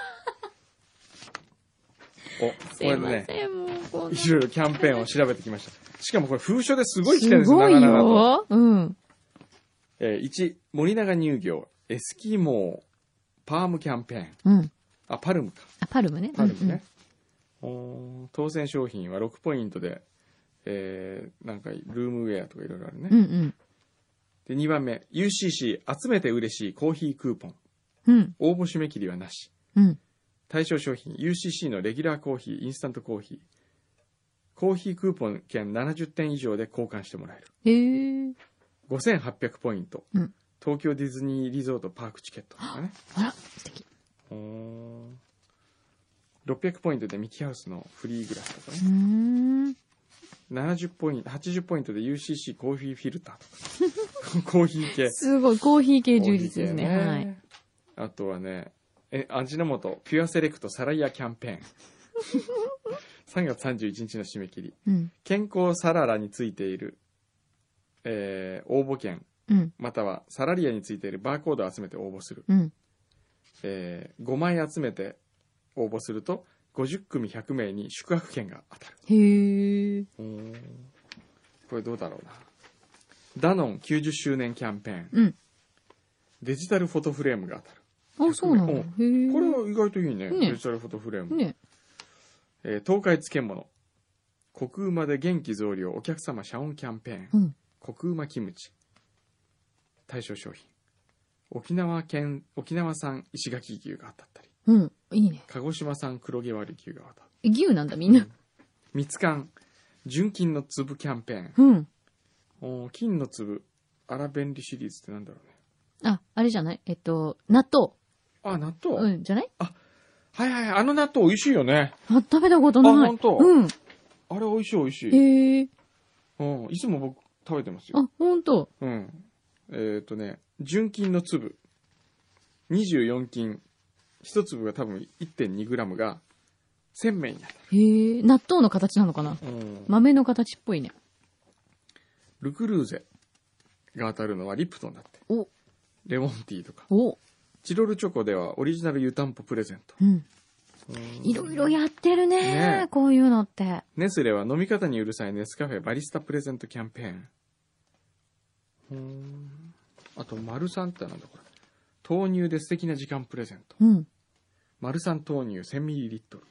お、これね、いろいろキャンペーンを調べてきました。しかもこれ封書ですごい来てるんですよ、長々と。うん。えー、いち、森永乳業、エスキモー、パームキャンペーン。うん。あ、パルムか。 あ、パルムね。 パルムね。うんうん、当選商品はろくポイントで、えー、なんかルームウェアとかいろいろあるね。うんうん。で、にばんめ、ユーシーシー、集めて嬉しいコーヒークーポン。うん。応募締め切りはなし。うん。 対象商品 ユーシーシー のレギュラーコーヒー、インスタントコーヒー、コーヒークーポン券ななじゅってん以上で交換してもらえる。 へえ。 ごせんはっぴゃくポイント、 うん、 東京ディズニーリゾートパークチケットとかね。 あら、素敵。 ろっぴゃくポイントでミキハウスのフリーグラスとかね。 うーん、 ななじゅうポイント、はちじゅうポイントで ユーシーシー コーヒーフィルターとか。コーヒー系。 すごい、コーヒー系充実ですね。ね、はい。 あとはね、え、味の素、ピュアセレクトサライヤキャンペーン。さんがつさんじゅういちにちの締め切り。うん、健康サララについている、えー、応募券、うん、またはサラリアについているバーコードを集めて応募する。うん、えー、ごまい集めて応募すると、ごじゅっくみひゃくめいに宿泊券が当たる。へー。これどうだろうな。ダノンきゅうじゅっしゅうねんキャンペーン。うん、デジタルフォトフレームが当たる。あ、そうなの？へー。これは意外といいね。ね、デジタルフォトフレーム。ね。えー、東海漬物。コクうまで元気増量お客様謝恩キャンペーン。うん、コクうまキムチ。対象商品。沖縄県、沖縄産石垣牛が当たったり。うん、いいね。鹿児島産黒毛和牛が当たった。牛なんだみんな。うん、蜜柑、純金の粒キャンペーン。うん。お金の粒、あら便利シリーズってなんだろうね。あ、あれじゃない？えっと、納豆。あ、納豆？うん、じゃない？あ、はいはい、あの納豆美味しいよね。あ、食べたことない。あ、ほんと？うん。あれ美味しい美味しい。へえ。うん、いつも僕食べてますよ。あ、ほんと？うん。えー、っとね、純金の粒、にじゅうよんきん、一粒が多分 いってんにグラム がせんめいになる。へえ、納豆の形なのかな？うん。豆の形っぽいね。ルクルーゼが当たるのはリプトンだって。お。レモンティーとか。お。チロルチョコではオリジナル湯たんぽプレゼント。うん。いろいろやってるね、ね、こういうのって。ネスレは飲み方にうるさいネスカフェバリスタプレゼントキャンペーン。うん。あと、マルサンってなんだこれ。豆乳で素敵な時間プレゼント。うん。マルサン豆乳 せんミリリットル。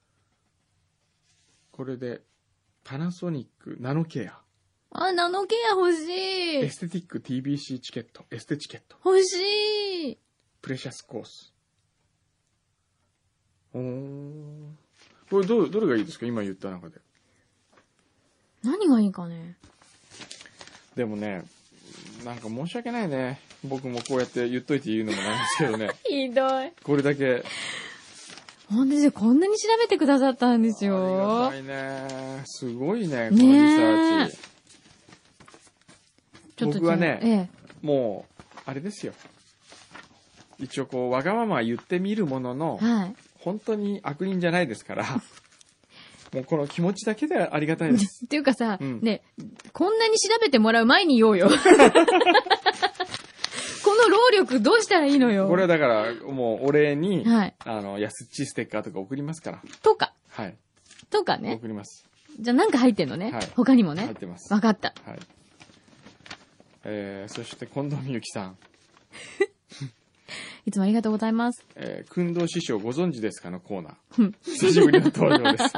これで、パナソニックナノケア。あ、ナノケア欲しい。エステティック ティービーシー チケット。エステチケット。欲しい。プレシャスコース。おー。これど、どれがいいですか？今言った中で。何がいいかね。でもね、なんか申し訳ないね。僕もこうやって言っといて言うのもなんですけどね。ひどい。これだけ。ほんとですよ。こんなに調べてくださったんですよ。ありがたいね。すごいね、このリサーチ。ちょっと僕はね、ええ、もう、あれですよ。一応こう、わがまま言ってみるものの、はい、本当に悪人じゃないですから、もうこの気持ちだけでありがたいです。っていうかさ、うん、ね、こんなに調べてもらう前に言おうよ。この労力どうしたらいいのよ。これはだから、もうお礼に、はい、あの、安っちステッカーとか送りますから。とか。はい。とかね。送ります。じゃあなんか入ってんのね。はい。他にもね。入ってます。わかった。はい。えー、そして近藤美由紀さん。いつもありがとうございます。えー、訓導師匠ご存知ですかのコーナー。久しぶりの登場です。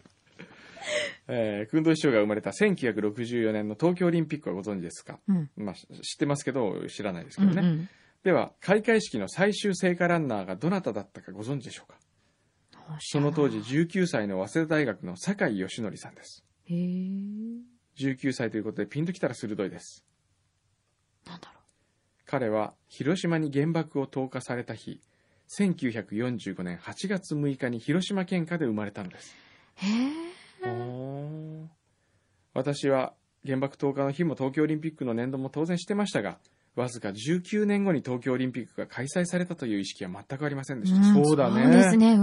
えー、訓導師匠が生まれたせんきゅうひゃくろくじゅうよねんの東京オリンピックはご存知ですか？うん、まあ、知ってますけど知らないですけどね。うんうん、では、開会式の最終聖火ランナーがどなただったかご存知でしょうか？その当時じゅうきゅうさいの早稲田大学の酒井義則さんです。へー。じゅうきゅうさいということでピンときたら鋭いです。なんだろう。彼は広島に原爆を投下された日、せんきゅうひゃくよんじゅうごねんはちがつむいかに広島県下で生まれたのです。へー。私は原爆投下の日も東京オリンピックの年度も当然してましたが、わずかじゅうきゅうねんごに東京オリンピックが開催されたという意識は全くありませんでした。うん、そうだね。そうですね。うん。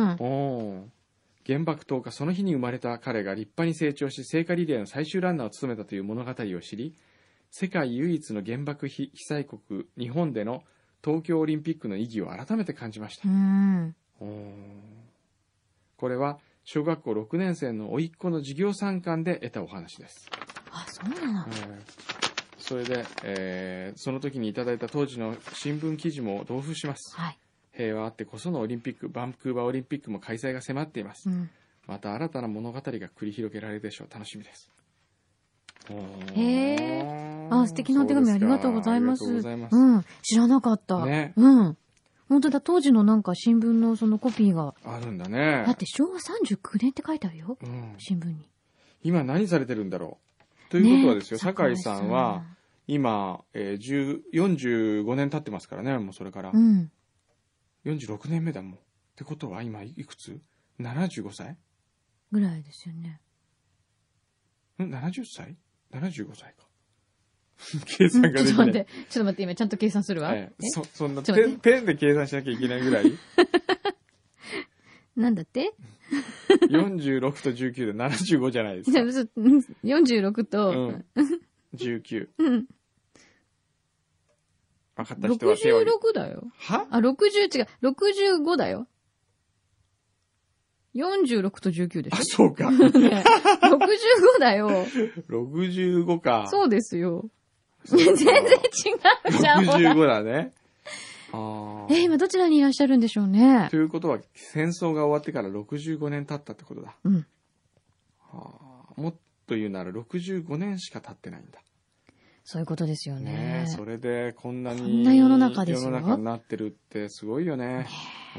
お原爆投下その日に生まれた彼が立派に成長し、聖火リレーの最終ランナーを務めたという物語を知り、世界唯一の原爆被災国日本での東京オリンピックの意義を改めて感じました。うん、おこれは小学校ろくねんせいの甥っ子の授業参観で得たお話です。あ、そうなの、えー、それで、えー、その時にいただいた当時の新聞記事も同封します。はい、平和あってこそのオリンピック、バンクーバーオリンピックも開催が迫っています。うん、また新たな物語が繰り広げられるでしょう。楽しみです。へえ。あ、素敵なお手紙ありがとうございます。ありがとうございます。うん。知らなかった。ね。うん。 本当だ、当時のなんか新聞のそのコピーが。 あるんだね。 だってしょうわさんじゅうきゅうねんって書いてあるよ。うん、新聞に。 今何されてるんだろう。ということはですよ、酒井さんは、今、えー、よんじゅうごねん経ってますからね、もうそれから。うん。よんじゅうろくねんめだもん。ってことは今いくつ ?ななじゅうご 歳ぐらいですよね。 ん ?ななじゅっ 歳 ?ななじゅうご 歳か。計算ができない。 ちょっと待って、ちょっと待って、今ちゃんと計算するわ。 ええ、そ、そんなペン、ペンで計算しなきゃいけないぐらいなんだってよんじゅうろくとじゅうきゅうでななじゅうごじゃないですか。 よんじゅうろくと、 うん、じゅうきゅう。うん。分かった人は手を。 ろくじゅうろくだよ。 はあ、ろくじゅう、違う、ろくじゅうごだよ。よんじゅうろくとじゅうきゅうでしょ。 あ、そうか。ね、 ろくじゅうごだよ。 ろくじゅうごか。 そうですよ。全然違うじゃん。 ろくじゅうごだね。あえ、今どちらにいらっしゃるんでしょうね。 ということは、戦争が終わってからろくじゅうごねん経ったってことだ。うん。はあ、もっと言うならろくじゅうごねんしか経ってないんだ。そういうことですよね。 ね、それでこんなに。 こんな世の中ですよ。 世の中になってるってすごいよね。ねうん、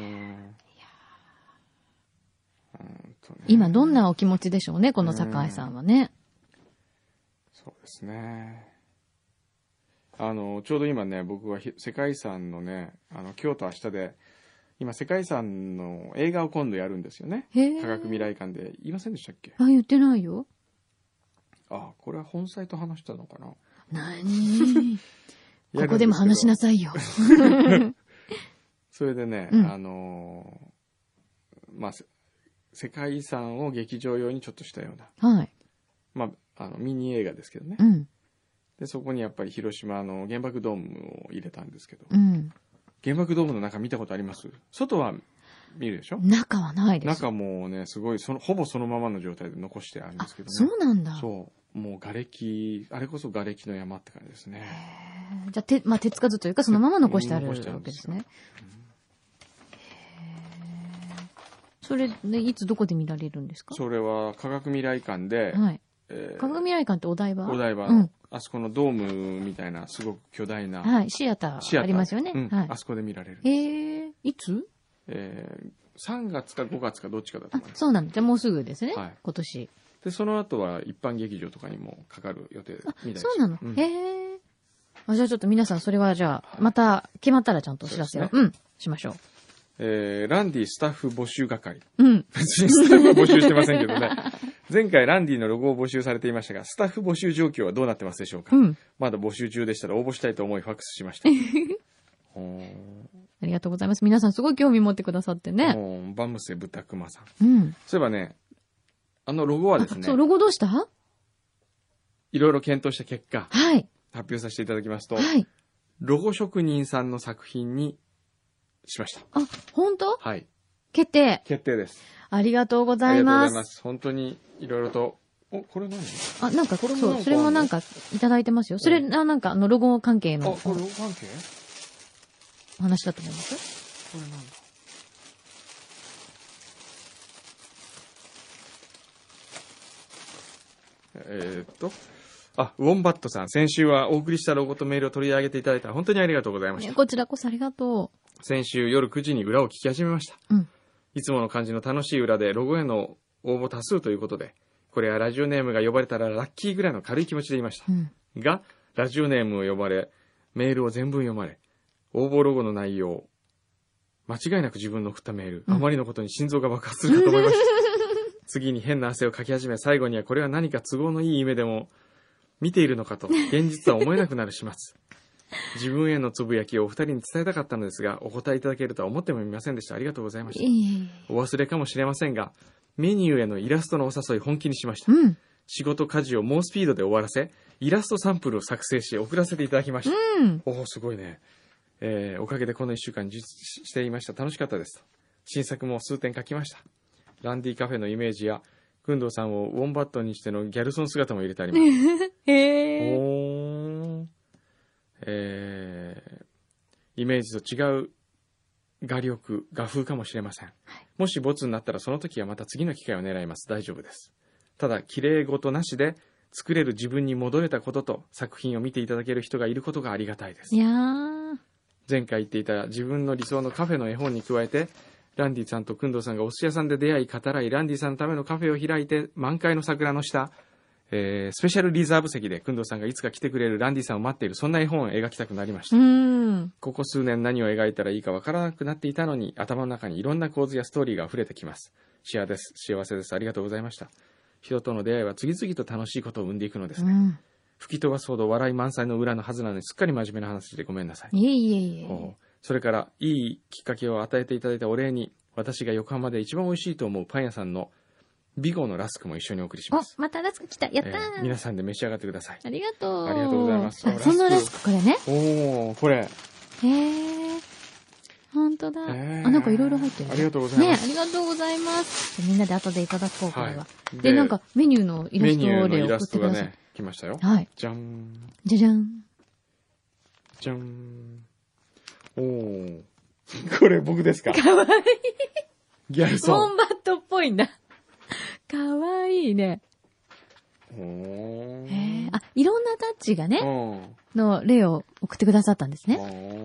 ね、今どんなお気持ちでしょうね、この酒井さんはね。 そうですね。あの、ちょうど今ね、僕は世界遺産のね、あの、今日と明日で、今世界遺産の映画を今度やるんですよね。科学未来館で。言いませんでしたっけ？ あ、言ってないよ。 あ、これは本サイト話したのかな？ 何ここでも話しなさいよ。 それでね、うん、あのー、まあ、世界遺産を劇場用にちょっとしたような。はい。まあ、あの、ミニ映画ですけどね。うん。で、そこにやっぱり広島の原爆ドームを入れたんですけど。うん。原爆ドームの中見たことあります？外は見るでしょ？ 中はないです。 中もね、すごい、その、ほぼそのままの状態で残してあるんですけどね。 そうなんだ。 そう。もう瓦礫、あれこそ瓦礫の山って感じですね。 へじゃあ、て、まあ、手つかずというか、そのまま残してあるわけですね。それで、いつどこで見られるんですか？ それは科学未来館で、 はい。えー、科学未来館ってお台場？ お台場、うん、あそこのドームみたいなすごく巨大な、 はい、シアターありますよね。 うん、 はい、 あそこで見られる。 えー、いつ？ えー、さんがつかごがつかどっちかだと思います。 そうなんだ。じゃあもうすぐですね。はい、今年。 で、その後は一般劇場とかにもかかる予定みたいです。 そうなの、うん、へえ。あ、じゃあちょっと皆さんそれはじゃあ、また決まったらちゃんとお知らせを、うね、うん、しましょう。 えー、ランディスタッフ募集係。うん。別にスタッフは募集してませんけどね。前回ランディのロゴを募集されていましたが、スタッフ募集状況はどうなってますでしょうか？うん。まだ募集中でしたら応募したいと思いファックスしました。 ありがとうございます。皆さんすごい興味持ってくださってね。 バムセブタクマさん。うん。そういえばね、あのロゴはですね。 そう、ロゴどうした？ いろいろ検討した結果。 はい。 発表させていただきますと。はい。ロゴ職人さんの作品にしました。 あ、本当？ はい。 決定。 決定です。 ありがとうございます。ありがとうございます。 本当にいろいろと。お、これ何？ あ、なんか、これもそう、それもなんかいただいてますよ。それ、あ、なんか、あの、ロゴ関係の。 あ、これロゴ関係？ 話だと思います。 これなんだ？えー、っと。あ、ウォンバットさん、先週はお送りしたロゴとメールを取り上げていただいた本当にありがとうございました。 こちらこそありがとう。先週夜くじに裏を聞き始めました。うん。いつもの感じの楽しい裏でロゴへの応募多数ということで、これはラジオネームが呼ばれたらラッキーぐらいの軽い気持ちでいました。うん、が、ラジオネームを呼ばれ、メールを全文読まれ、応募ロゴの内容、間違いなく自分の送ったメール、うん、あまりのことに心臓が爆発するかと思いました。次に変な汗をかき始め、最後にはこれは何か都合のいい夢でも見ているのかと、現実は思えなくなる始末。自分へのつぶやきをお二人に伝えたかったのですが、お答えいただけるとは思ってもみませんでした。ありがとうございました。お忘れかもしれませんが、メニューへのイラストのお誘い本気にしました。うん、仕事家事を猛スピードで終わらせ、イラストサンプルを作成し送らせていただきました。うん、おお、すごいね。えー、おかげでこの一週間実施していました。楽しかったです。新作も数点書きました。ランディカフェのイメージや、くんどうさんをウォンバットにしてのギャルソン姿も入れてあります。へー。おー。えー、イメージと違う画力、画風かもしれません。はい、もしボツになったらその時はまた次の機会を狙います。大丈夫です。ただ、綺麗事なしで作れる自分に戻れたことと作品を見ていただける人がいることがありがたいです。 いやー。 前回言っていた自分の理想のカフェの絵本に加えて、ランディさんと工藤さんがお寿司屋さんで出会い語らい、ランディさんのためのカフェを開いて、満開の桜の下、えー、スペシャルリザーブ席で工藤さんがいつか来てくれるランディさんを待っている、そんな絵本を描きたくなりました。 うんここ数年何を描いたらいいかわからなくなっていたのに、頭の中にいろんな構図やストーリーが溢れてきます。幸せです。幸せです。ありがとうございました。人との出会いは次々と楽しいことを生んでいくのですね。うん、吹き飛ばすほど笑い満載の裏のはずなのに、すっかり真面目な話でごめんなさい。 いえいえいえ。 それから、いいきっかけを与えていただいたお礼に、私が横浜で一番美味しいと思うパン屋さんのビゴのラスクも一緒にお送りします。 お、またラスク来た。やったー、 えー、皆さんで召し上がってください。 ありがとう。 ありがとうございます。 そのラスクこれね。 おー、これ。 へー。ほんとだ。えー、あ、なんかいろいろ入ってる、ね。 ありがとうございます。 ね、ありがとうございます。みんなで後でいただこう、これは。はい、で、なんかメニューのイラストで送ってください。ね、 来ましたよ。 はい。 じゃん。 じゃじゃん。 じゃん。おー。これ僕ですか？ かわいい。 ギャルソン。 ウォンバットっぽいんだ。かわいいね。 おー。 へー。あ、いろんなタッチがね、の例を送ってくださったんですね。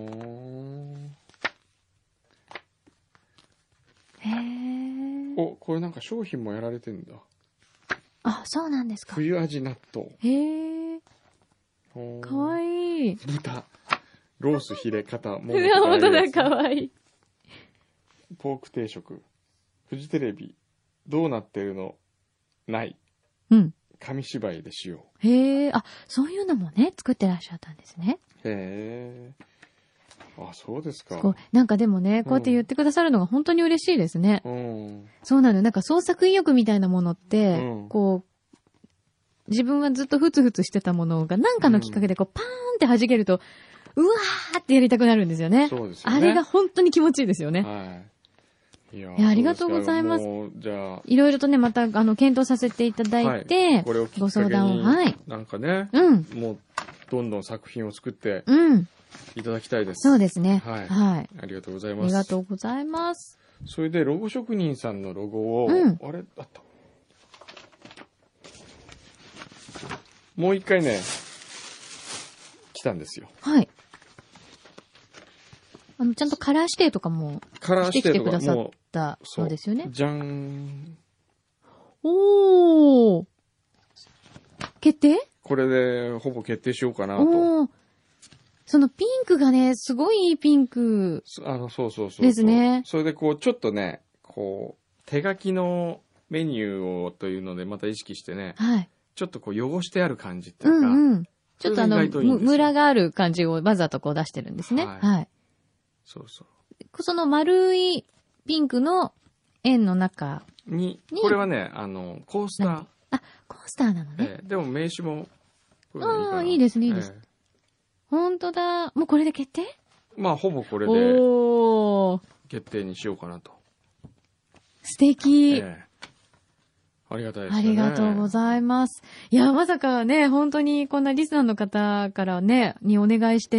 へー。 お、これなんか商品もやられてんだ。 あ、そうなんですか。 冬味納豆。 へー。かわいい。 豚。ロース、ヒレ、肩、もも。 いや、ほんとだ、かわいい。 ポーク定食。フジテレビ。どうなってるのない。 うん。 紙芝居でしよう。へえ、あ、そういうのもね、作ってらっしゃったんですね。 へえ。あ、そうですか。 こうなんかでもね、こうやって言ってくださるのが本当に嬉しいですね。 うん。 そうなの。なんか創作意欲みたいなものって、うん、こう、自分はずっとふつふつしてたものが何かのきっかけでこう、パーンって弾けると、うわーってやりたくなるんですよね。 そうですよね。 あれが本当に気持ちいいですよね。 はい。いや、 いやありがとうございます。 じゃあ。 いろいろとね、また、あの、検討させていただいて、はい、 これをご相談を、はい。 なんかね、 うん。 もう、どんどん作品を作って、 うん。 いただきたいです。 そうですね。 はい。 はい。 ありがとうございます。 ありがとうございます。 それで、ロゴ職人さんのロゴを、 うん、 あれあった。もう一回ね、来たんですよ。 はい。あの、ちゃんとカラー指定とかも、 カラー指定とかしてきてくださったそうですよね。 じゃん。 おー。決定？ これで、ほぼ決定しようかなと。 おー。そのピンクがね、すごいいいピンク。 あの、そうそうそう。 ですね。 それでこう、ちょっとね、こう、手書きのメニューをというので、また意識してね。 はい。 ちょっとこう、汚してある感じっていうか。 うんうん。ちょっとあの、ムラがある感じをわざとこう出してるんですね。はい。はい、 そうそう。 その丸いピンクの円の中に、これはね、あの、コースター。 あ、コースターなのね。 えー、でも名刺も、 ああ、いいですね、いいです。えー、ほんとだ。もうこれで決定？ まあ、ほぼこれで、決定にしようかなと。 素敵。 えー、ありがたいですね。 ありがとうございます。いや、まさかね、本当にこんなリスナーの方からね、にお願いして、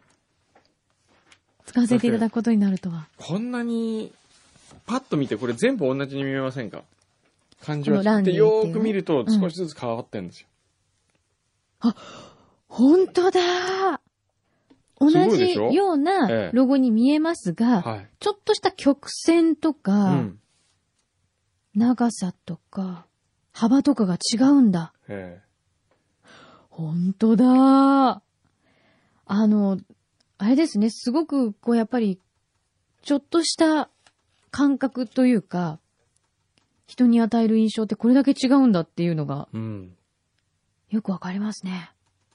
使わせていただくことになるとは。 こんなに、パッと見てこれ全部同じに見えませんか？漢字はって、よーく見ると少しずつ変わってるんですよ。 うん、あ、ほんとだ。同じようなロゴに見えますが、ええ、はい、ちょっとした曲線とか、うん、長さとか、幅とかが違うんだ。ええ、ほんとだ。あの、あれですね、すごく、こう、やっぱり、ちょっとした感覚というか、人に与える印象ってこれだけ違うんだっていうのが、うん、よくわかりますね。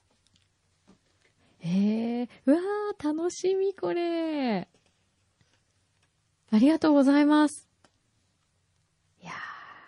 ええー、うわー、楽しみ、これ。ありがとうございます。いやー、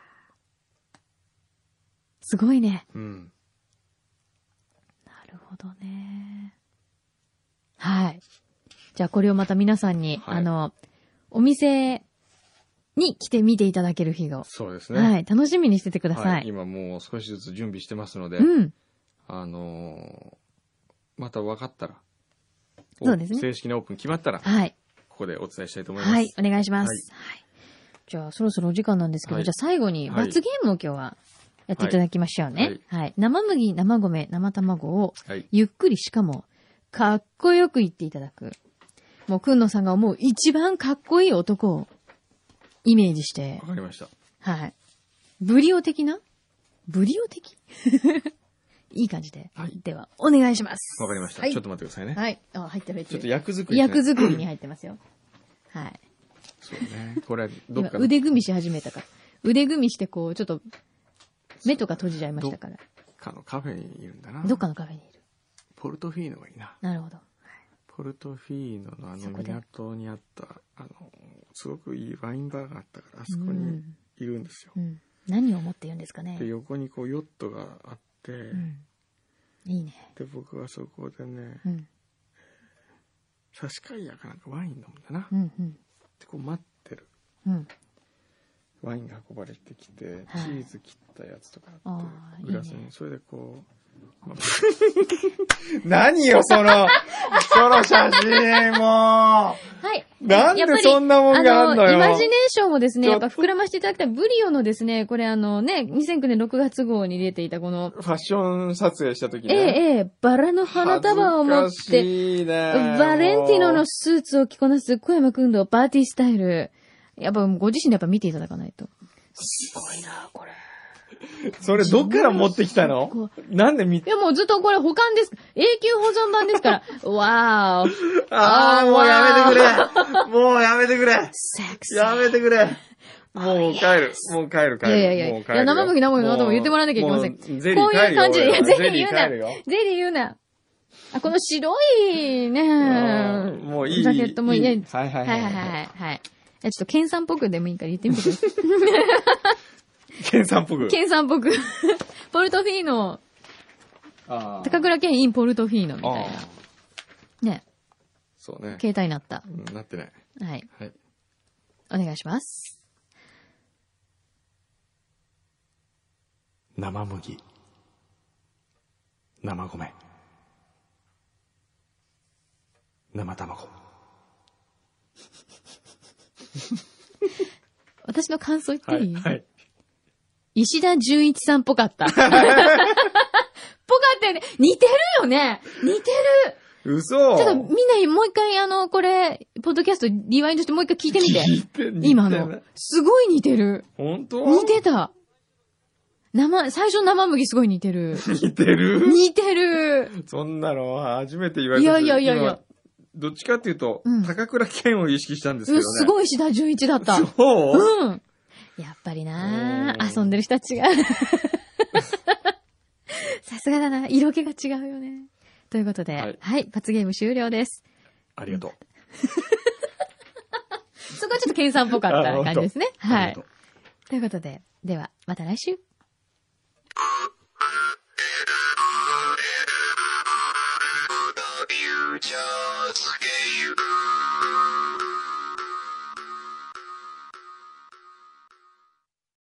すごいね。うん。なるほどね。はい。じゃあこれをまた皆さんに、はい、あの、お店に来て見ていただける日を。 そうですね。 はい。楽しみにしててください。はい、 今もう少しずつ準備してますので、 うん。 あのー、また分かったら、 そうですね。 正式なオープン決まったら、 はい。 ここでお伝えしたいと思います。 はい。お願いします。はい。はい、じゃあそろそろお時間なんですけど、はい、じゃあ最後に罰ゲームを今日はやっていただきましょうね。はい。はい、生麦、生米、生卵を、ゆっくりしかも、かっこよく言っていただく。 もう、くんのさんが思う一番かっこいい男をイメージして。 わかりました。 はい。ブリオ的なブリオ的いい感じで。はい。では、お願いします。 わかりました。はい、ちょっと待ってくださいね。 はい。あ、入ってる入ってる。 ちょっと役作り、 ね。役作りに入ってますよ。はい。 そうね。これ、どっか今腕組みし始めたから。腕組みしてこう、ちょっと、目とか閉じちゃいましたから。 どっかのカフェにいるんだな。 どっかのカフェにいる。 ポルトフィーノがいいな。 なるほど。 ポルトフィーノのあの港にあった、あの、すごくいいワインバーがあったから、あそこにいるんですよ。 うんうん、何を思って言うんですかね。 で、横にこうヨットがあって、うん、 いいね。 で、僕はそこでね、うん、差し替えやかなんかワイン飲むんだな。うんうん、で、こう待ってる。うん、ワインが運ばれてきて、はい、チーズ切ったやつとかあって、グラスに、いいね、それでこう、何よ、その、その写真、もう。はい。なんでそんなもんがあんのよ。 イマジネーションをですね、やっぱ膨らましていただきたい。ブリオのですね、これあのね、にせんきゅうねんろくがつ号に出ていたこの。 ファッション撮影した時ね。 ええ、ええ、バラの花束を持って、いいね、バレンティノのスーツを着こなす小山くんのパーティースタイル。やっぱご自身でやっぱ見ていただかないと。すごいな、これ。 それどっから持ってきたの？なんで見て？いやもうずっとこれ保管です。永久保存版ですから。わーお。 ああ、もうやめてくれ。もうやめてくれ。セクシー。やめてくれ。もう帰る。もう帰る帰る。 いやいやいや。いや、生麦生麦の後も言ってもらわなきゃいけません。こういう感じで。いや、ゼリー言うな。ゼリー言うな。あ、この白いね。 もういい。 ジャケットもいい。はいはいはい。 はいはいはい。いや、ちょっとケンさんっぽくでもいいから言ってみてください。 ケンさんっぽく。 ケンさんっぽく。ポルトフィーノ。高倉健インポルトフィーノみたいな。ね。 そうね。 携帯になった。 うん、なってない。 はい。はい。お願いします。 生麦。生米。生卵。 私の感想言っていい？ はい。はい、 石田純一さんっぽかった。ぽかったよね。似てるよね。似てる。嘘。 ちょっとみんなもう一回あの、これ、ポッドキャストリワインドしてもう一回聞いてみて。 聞いて、似て今の。すごい似てる。 本当？ 似てた。生、最初の生麦すごい似てる。 似てる？ 似てる。 そんなの初めて言われた。 いやいやいやいや。 どっちかっていうと、うん、高倉健を意識したんですけどね。 すごい石田純一だった。 そう？ うん。やっぱりなぁ、遊んでる人は違う。さすがだな。色気が違うよね。ということで、はい、はい、罰ゲーム終了です。 ありがとう。 そこはちょっと健さんっぽかった感じですね。はい。ということで、では、また来週。